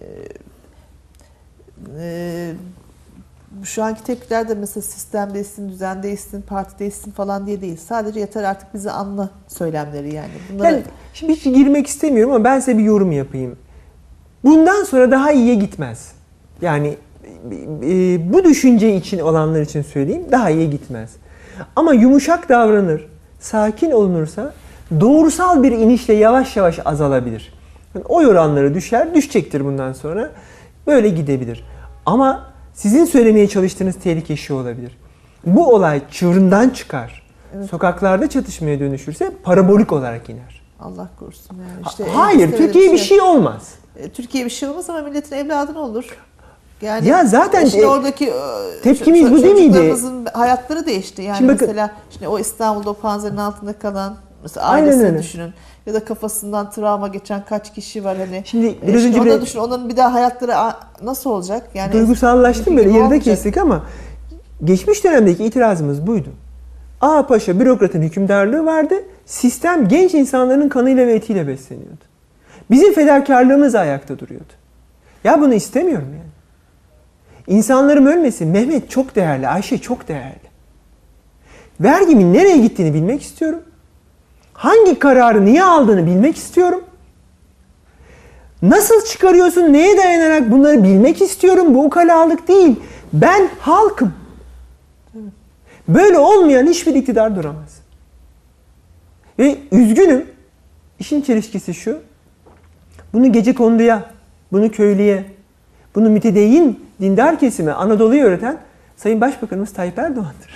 şu anki tepkiler de mesela sistem değişsin, düzen değişsin, parti değişsin falan diye değil. Sadece yeter artık bizi anla söylemleri yani. Yani şimdi hiç girmek istemiyorum ama ben size bir yorum yapayım. Bundan sonra daha iyiye gitmez. Yani bu düşünce için olanlar için söyleyeyim, daha iyiye gitmez. Ama yumuşak davranır, sakin olunursa doğrusal bir inişle yavaş yavaş azalabilir. Yani o oranları düşecektir bundan sonra. Böyle gidebilir. Ama sizin söylemeye çalıştığınız tehlike şu olabilir. Bu olay çığırından çıkar. Evet. Sokaklarda çatışmaya dönüşürse parabolik olarak iner. Allah korusun yani. İşte hayır, Türkiye'ye bir şey olmaz. Türkiye'ye bir şey olmaz ama milletin evladı olur. Yani ya zaten şimdi oradaki tepkimiz bu değil miydi? Çocuklarımızın hayatları değişti. Yani şimdi mesela şimdi o İstanbul'da o panzerin altında kalan mesela ailesini düşünün. Ya da kafasından travma geçen kaç kişi var hani. Şimdi onu düşün. Onların bir daha hayatları nasıl olacak? Yani duygusallaştım böyle yerinde kestik ama geçmiş dönemdeki itirazımız buydu. Ağa paşa bürokratın hükümdarlığı vardı. Sistem genç insanların kanıyla ve etiyle besleniyordu. Bizim fedakarlığımız ayakta duruyordu. Ya bunu istemiyorum yani. İnsanlarım ölmesin. Mehmet çok değerli, Ayşe çok değerli. Vergimin nereye gittiğini bilmek istiyorum. Hangi kararı niye aldığını bilmek istiyorum. Nasıl çıkarıyorsun, neye dayanarak bunları bilmek istiyorum. Bu ukalalık değil. Ben halkım. Böyle olmayan hiçbir iktidar duramaz. Ve üzgünüm, işin çelişkisi şu. Bunu gecekonduya, bunu köylüye, bunu mütedeyyin dindar kesime, Anadolu'yu öğreten Sayın Başbakanımız Tayyip Erdoğan'dır.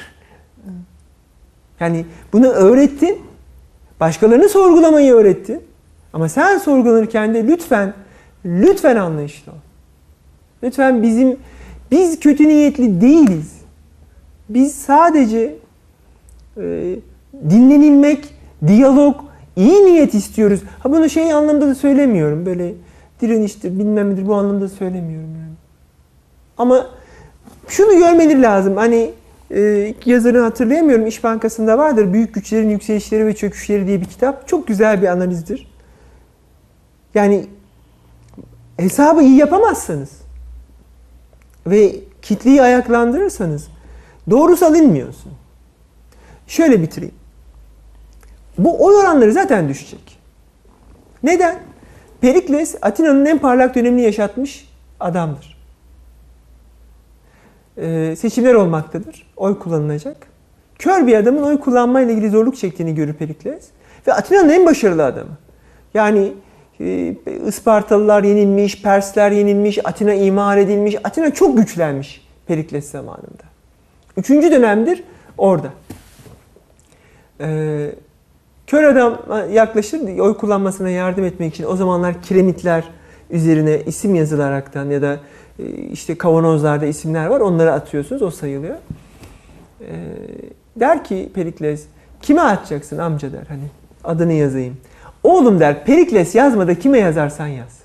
Yani bunu öğrettin, başkalarını sorgulamayı öğrettin. Ama sen sorgulanırken de lütfen anlayışlı ol. Lütfen biz kötü niyetli değiliz. Biz sadece dinlenilmek, diyalog, iyi niyet istiyoruz. Ha bunu şey anlamda da söylemiyorum. Böyle direniştir, bilmem nedir bu anlamda da söylemiyorum yani. Ama şunu görmeleri lazım. Hani yazarını hatırlayamıyorum. İş Bankası'nda vardır. Büyük Güçlerin Yükselişleri ve Çöküşleri diye bir kitap. Çok güzel bir analizdir. Yani hesabı iyi yapamazsanız ve kitleyi ayaklandırırsanız doğrusal inmiyorsun. Şöyle bitireyim. Bu oy oranları zaten düşecek. Neden? Perikles Atina'nın en parlak dönemini yaşatmış adamdır. Seçimler olmaktadır. Oy kullanılacak. Kör bir adamın oy kullanmayla ilgili zorluk çektiğini görür Perikles. Ve Atina'nın en başarılı adamı. Yani Ispartalılar yenilmiş, Persler yenilmiş, Atina imar edilmiş. Atina çok güçlenmiş Perikles zamanında. 3. dönemdir orada. Kör adam yaklaşır, oy kullanmasına yardım etmek için o zamanlar kiremitler üzerine isim yazılaraktan ya da işte kavanozlarda isimler var, onları atıyorsunuz, o sayılıyor. Der ki Perikles, kime atacaksın amca der, hani adını yazayım. Oğlum der, Perikles yazmada kime yazarsan yaz.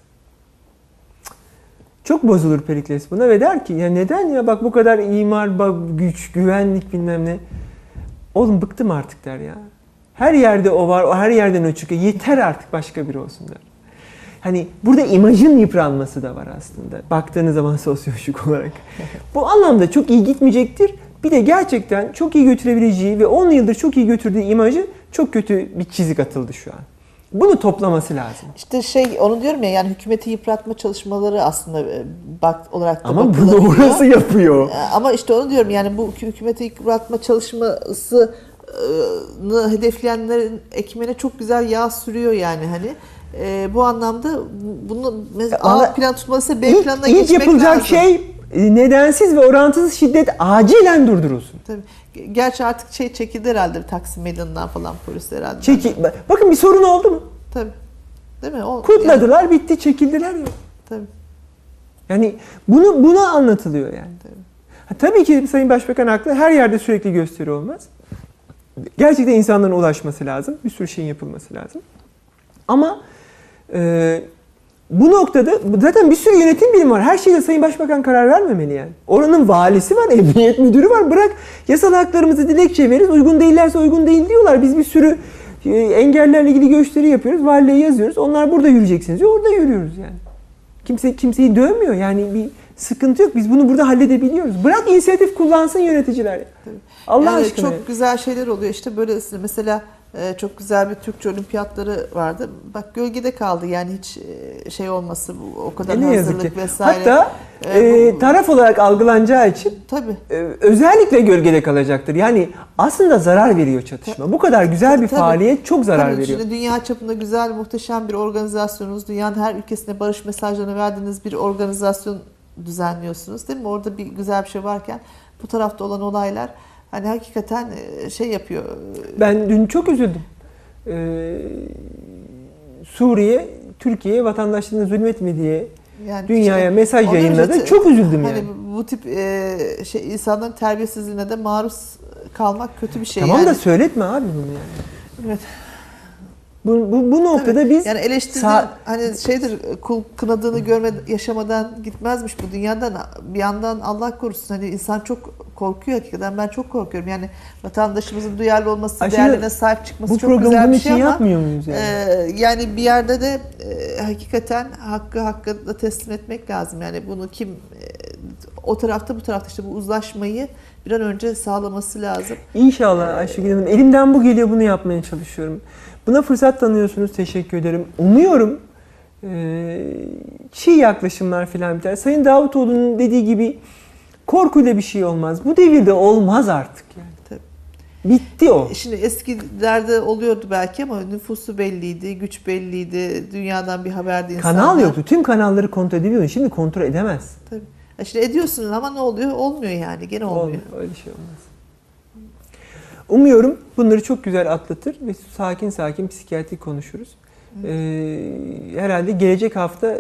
Çok bozulur Perikles buna ve der ki ya neden ya, bak bu kadar imar, güç, güvenlik bilmem ne. Oğlum bıktım artık der ya. Her yerde o var, o her yerden o çıkıyor. Yeter artık başka biri olsun der. Hani burada imajın yıpranması da var aslında. Baktığınız zaman sosyolojik olarak. Bu anlamda çok iyi gitmeyecektir. Bir de gerçekten çok iyi götürebileceği ve 10 yıldır çok iyi götürdüğü imajı çok kötü bir çizik atıldı şu an. Bunu toplaması lazım. İşte onu diyorum ya, yani hükümeti yıpratma çalışmaları aslında olarak da ama bakılabiliyor. bunu orası yapıyor. Ama işte onu diyorum, yani bu hükümeti yıpratma çalışmasını hedefleyenlerin ekmeğine çok güzel yağ sürüyor yani hani. Bu anlamda bunu A plan tutmalıysa B planına geçmek lazım. İlk yapılacak şey nedensiz ve orantısız şiddet acilen durdurulsun. Tabii. Gerçi artık çekildi herhalde Taksim Meydanı'ndan falan polis herhalde. Bakın bir sorun oldu mu? Tabii. Değil mi? Kutladılar, yani, bitti, çekildiler ya. Tabii. Yani bunu anlatılıyor yani. Tabii ki Sayın Başbakan haklı. Her yerde sürekli gösteri olmaz. Gerçekten insanların ulaşması lazım. Bir sürü şeyin yapılması lazım. Ama bu noktada zaten bir sürü yönetim birimi var. Her şeyde Sayın Başbakan karar vermemeli yani. Oranın valisi var, emniyet müdürü var. Bırak yasal haklarımızı dilekçe veririz. Uygun değillerse uygun değil diyorlar. Biz bir sürü engellerle ilgili gösteri yapıyoruz. Valiliğe yazıyoruz. Onlar burada yürüyeceksiniz diyor. Orada yürüyoruz yani. Kimseyi dövmüyor. Yani bir sıkıntı yok. Biz bunu burada halledebiliyoruz. Bırak inisiyatif kullansın yöneticiler. Allah yani aşkına. Çok güzel şeyler oluyor. İşte böyle mesela çok güzel bir Türkçe olimpiyatları vardı. Bak gölgede kaldı yani, hiç şey olması, o kadar hazırlık vesaire. Hatta taraf olarak algılanacağı için tabii. Özellikle gölgede kalacaktır. Yani aslında zarar veriyor çatışma. Bu kadar güzel bir faaliyet çok zarar veriyor. Şimdi dünya çapında güzel, muhteşem bir organizasyonunuz. Dünyanın her ülkesine barış mesajlarını verdiğiniz bir organizasyon düzenliyorsunuz değil mi? Orada bir güzel bir şey varken bu tarafta olan olaylar hani hakikaten şey yapıyor. Ben dün çok üzüldüm. Suriye, Türkiye'ye vatandaşlığına zulmetme diye yani dünyaya mesaj yayınladı. Çok üzüldüm yani. Bu tip insanların terbiyesizliğine de maruz kalmak kötü bir şey. Tamam yani. Da söyletme abi bunu yani. Evet. Bu noktada tabii, biz yani eleştirdiğin hani şeydir, kul kınadığını yaşamadan gitmezmiş bu dünyadan. Bir yandan Allah korusun, hani insan çok korkuyor hakikaten. Ben çok korkuyorum. Yani vatandaşımızın duyarlı olması, değerlerine sahip çıkması çok güzel bir şey ama yapmıyor muyuz yani? Yani bir yerde de hakikaten hakkı da teslim etmek lazım. Yani bunu kim o tarafta bu tarafta işte bu uzlaşmayı bir an önce sağlaması lazım. İnşallah Ayşegül Hanım. Elimden bu geliyor, bunu yapmaya çalışıyorum. Buna fırsat tanıyorsunuz. Teşekkür ederim. Umuyorum çiğ yaklaşımlar falan biter. Sayın Davutoğlu'nun dediği gibi korkuyla bir şey olmaz. Bu devirde olmaz artık yani. Tabii. Bitti o. Şimdi eskilerde oluyordu belki ama nüfusu belliydi, güç belliydi, dünyadan bir haberdi insanlar. Kanal yoktu. Tüm kanalları kontrol edebiliyordun. Şimdi kontrol edemez. Tabii. Şimdi ediyorsunuz ama ne oluyor? Olmuyor yani. Gene olmuyor. Öyle şey olmaz. Umuyorum bunları çok güzel atlatır ve sakin sakin psikiyatri konuşuruz. Herhalde gelecek hafta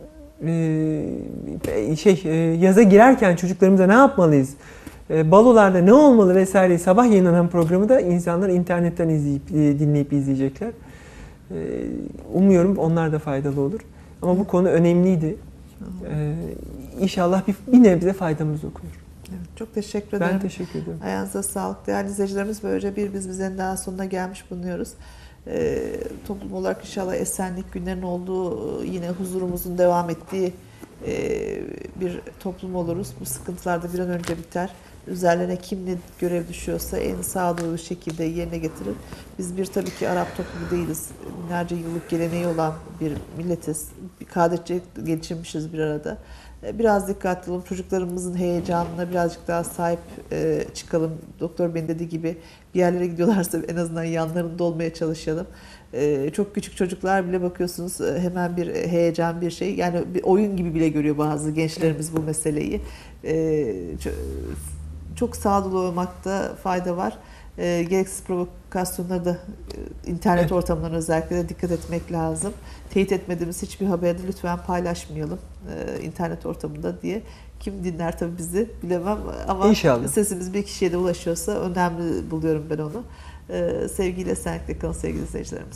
yaza girerken çocuklarımıza ne yapmalıyız? Balolarda ne olmalı vesaire sabah yayınlanan programı da insanlar internetten dinleyip izleyecekler. Umuyorum onlar da faydalı olur. Ama bu konu önemliydi. İnşallah bir nebze faydamız dokunur. Evet, çok teşekkür ederim. Ben teşekkür ederim. Ayağınıza sağlık. Değerli izleyicilerimiz, böylece biz bizenin daha sonuna gelmiş bulunuyoruz. Toplum olarak inşallah esenlik günlerin olduğu, yine huzurumuzun devam ettiği bir toplum oluruz. Bu sıkıntılar da bir an önce biter. Üzerlerine kim ne görev düşüyorsa en sağduyulu şekilde yerine getirir. Biz tabii ki Arap toplumu değiliz. Binlerce yıllık geleneği olan bir milletiz. Bir kaderce geçirmişiz bir arada. Biraz dikkatli olalım. Çocuklarımızın heyecanına birazcık daha sahip çıkalım. Doktor Bey'in dediği gibi bir yerlere gidiyorlarsa en azından yanlarında olmaya çalışalım. Çok küçük çocuklar bile bakıyorsunuz hemen bir heyecan, bir şey. Yani bir oyun gibi bile görüyor bazı gençlerimiz bu meseleyi. Çok sağduyulu olmakta fayda var. Gereksiz provokasyonlara da internet ortamlarına özellikle de dikkat etmek lazım. Teyit etmediğimiz hiçbir haberi de lütfen paylaşmayalım internet ortamında diye. Kim dinler tabii bizi bilemem ama İnşallah. sesimiz bir kişiye de ulaşıyorsa önemli buluyorum ben onu. Sevgiyle, esenlikle kalın sevgili izleyicilerimiz.